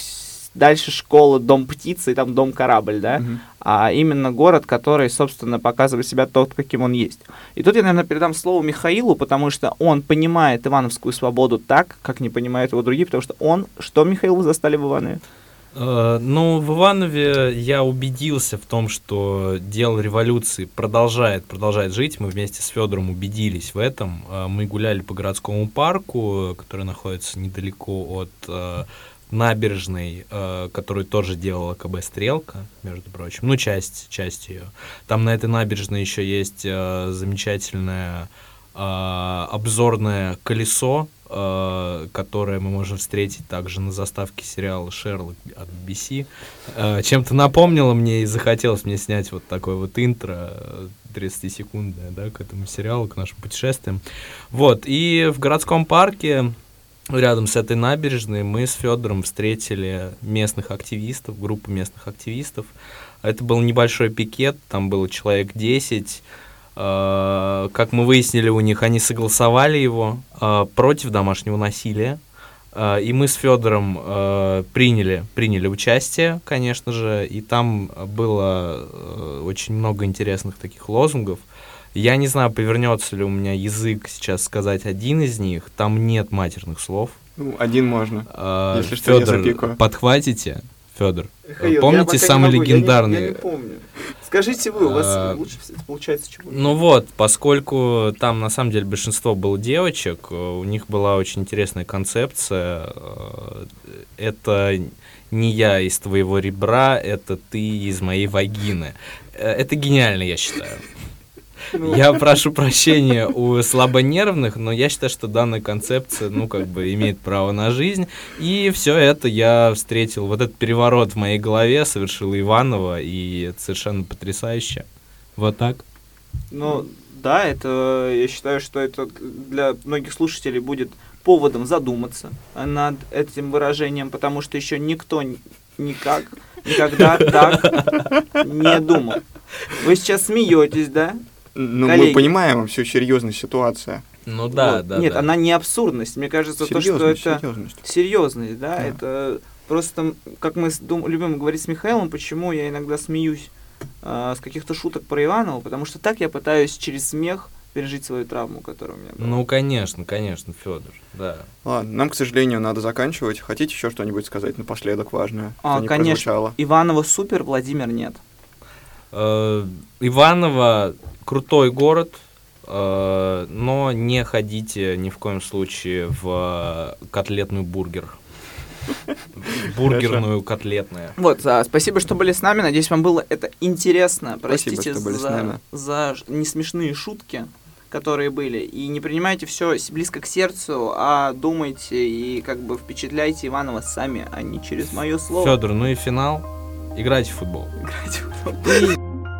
дальше школа, дом птицы и там дом корабль, да, Мгм. а именно город, который, собственно, показывает себя тот, каким он есть. И тут я, наверное, передам слово Михаилу, потому что он понимает ивановскую свободу так, как не понимают его другие, потому что он... Что, Михаил, вы застали в Иванове? Э, Ну, в Иванове я убедился в том, что дело революции продолжает, продолжает жить. Мы вместе с Федором убедились в этом. Э, Мы гуляли по городскому парку, который находится недалеко от э, набережной, э, которую тоже делала КБ «Стрелка», между прочим. Ну, часть, часть ее. Там на этой набережной еще есть э, замечательное э, обзорное колесо, э, которое мы можем встретить также на заставке сериала «Шерлок» от би би си. Э, чем-то напомнило мне и захотелось мне снять вот такое вот интро э, тридцатисекундное, да, к этому сериалу, к нашим путешествиям. Вот, и в городском парке рядом с этой набережной мы с Федором встретили местных активистов, группу местных активистов. Это был небольшой пикет, там было человек десять. Э, Как мы выяснили у них, они согласовали его э, против домашнего насилия. Э, И мы с Федором э, приняли, приняли участие, конечно же, и там было э, очень много интересных таких лозунгов. Я не знаю, повернется ли у меня язык сейчас сказать один из них. Там нет матерных слов. Ну, один можно. Э, Если что, я Федор, запикаю. подхватите? Федор, Михаил, помните я пока не самый могу, я не- легендарный... Я не, помню. Скажите вы, у вас А, лучше всего получается чего? Ну вот, поскольку там на самом деле большинство было девочек, э, у них была очень интересная концепция. э, Это не я из твоего ребра, это ты из моей вагины. Э, Это гениально, я считаю. Я прошу прощения у слабонервных, но я считаю, что данная концепция, ну, как бы, имеет право на жизнь. И все это я встретил, вот этот переворот в моей голове совершила Иванова, и это совершенно потрясающе. Вот так. Ну, да, это, я считаю, что это для многих слушателей будет поводом задуматься над этим выражением, потому что еще никто н- никак, никогда так не думал. Вы сейчас смеетесь, да? Ну, Коллеги. мы понимаем всю серьезность ситуации. Ну да, Вот. да. Нет, да. она не абсурдность. Мне кажется, то, что Серьезность, это серьезность. серьезность, да, Да. это просто, как мы с- дум- любим говорить с Михаилом, почему я иногда смеюсь а, с каких-то шуток про Иванова, потому что так я пытаюсь через смех пережить свою травму, которая у меня была. Ну, конечно, конечно, Федор, да. Ладно, нам, к сожалению, надо заканчивать. Хотите еще что-нибудь сказать напоследок важное? А, что не конечно. прозвучало? Иванова супер, Владимир нет. Э, Иваново крутой город, э, но не ходите ни в коем случае в котлетную бургер. Бургерную котлетная. Вот, а, спасибо, что были с нами. Надеюсь, вам было это интересно. Простите что были с за, нами. за ш- несмешные шутки, которые были. И не принимайте все близко к сердцу, а думайте и как бы впечатляйте Иванова сами, а не через мое слово. Федор, ну и финал. Играйте в футбол. Играйте в футбол.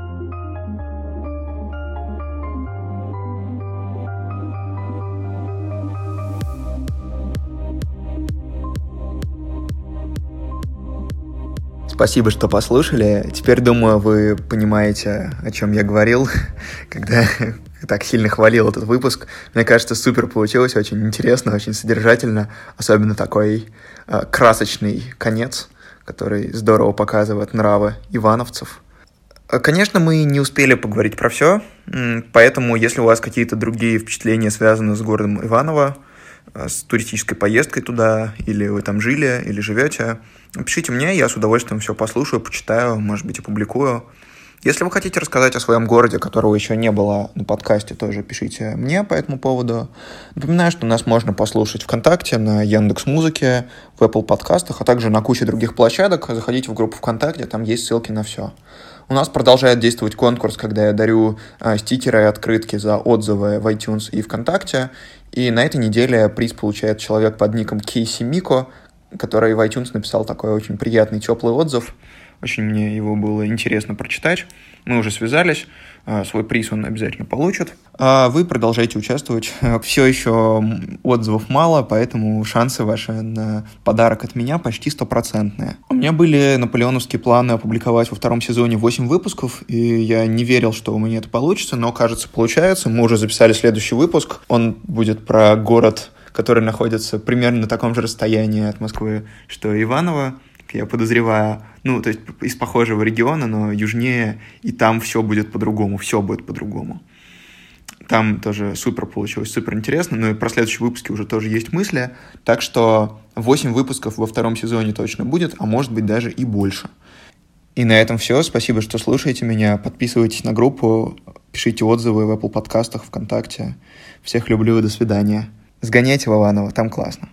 Спасибо, что послушали. Теперь, думаю, вы понимаете, о чем я говорил, когда так сильно хвалил этот выпуск. Мне кажется, супер получилось, очень интересно, очень содержательно. Особенно такой э, красочный конец, который здорово показывает нравы ивановцев. Э, Конечно, мы не успели поговорить про все, м, поэтому, если у вас какие-то другие впечатления связаны с городом Иваново, э, с туристической поездкой туда, или вы там жили, или живете, пишите мне, я с удовольствием все послушаю, почитаю, может быть, опубликую. Если вы хотите рассказать о своем городе, которого еще не было на подкасте, тоже пишите мне по этому поводу. Напоминаю, что нас можно послушать ВКонтакте, на Яндекс.Музыке, в Apple подкастах, а также на куче других площадок. Заходите в группу ВКонтакте, там есть ссылки на все. У нас продолжает действовать конкурс, когда я дарю э, стикеры и открытки за отзывы в iTunes и ВКонтакте. И на этой неделе приз получает человек под ником Кейси Мико, который в iTunes написал такой очень приятный, теплый отзыв. Очень мне его было интересно прочитать. Мы уже связались. Свой приз он обязательно получит. А вы продолжайте участвовать. Все еще отзывов мало, поэтому шансы ваши на подарок от меня почти стопроцентные. У меня были наполеоновские планы опубликовать во втором сезоне восемь выпусков, и я не верил, что у меня это получится, но, кажется, получается. Мы уже записали следующий выпуск. Он будет про город, который находится примерно на таком же расстоянии от Москвы, что и Иваново. я подозреваю. Ну, то есть из похожего региона, но южнее, и там все будет по-другому, все будет по-другому. Там тоже супер получилось, супер интересно. Ну и про следующие выпуски уже тоже есть мысли. Так что восемь выпусков во втором сезоне точно будет, а может быть даже и больше. И на этом все. Спасибо, что слушаете меня. Подписывайтесь на группу, пишите отзывы в Apple подкастах, ВКонтакте. Всех люблю и до свидания. Сгоняйте в Иваново, там классно.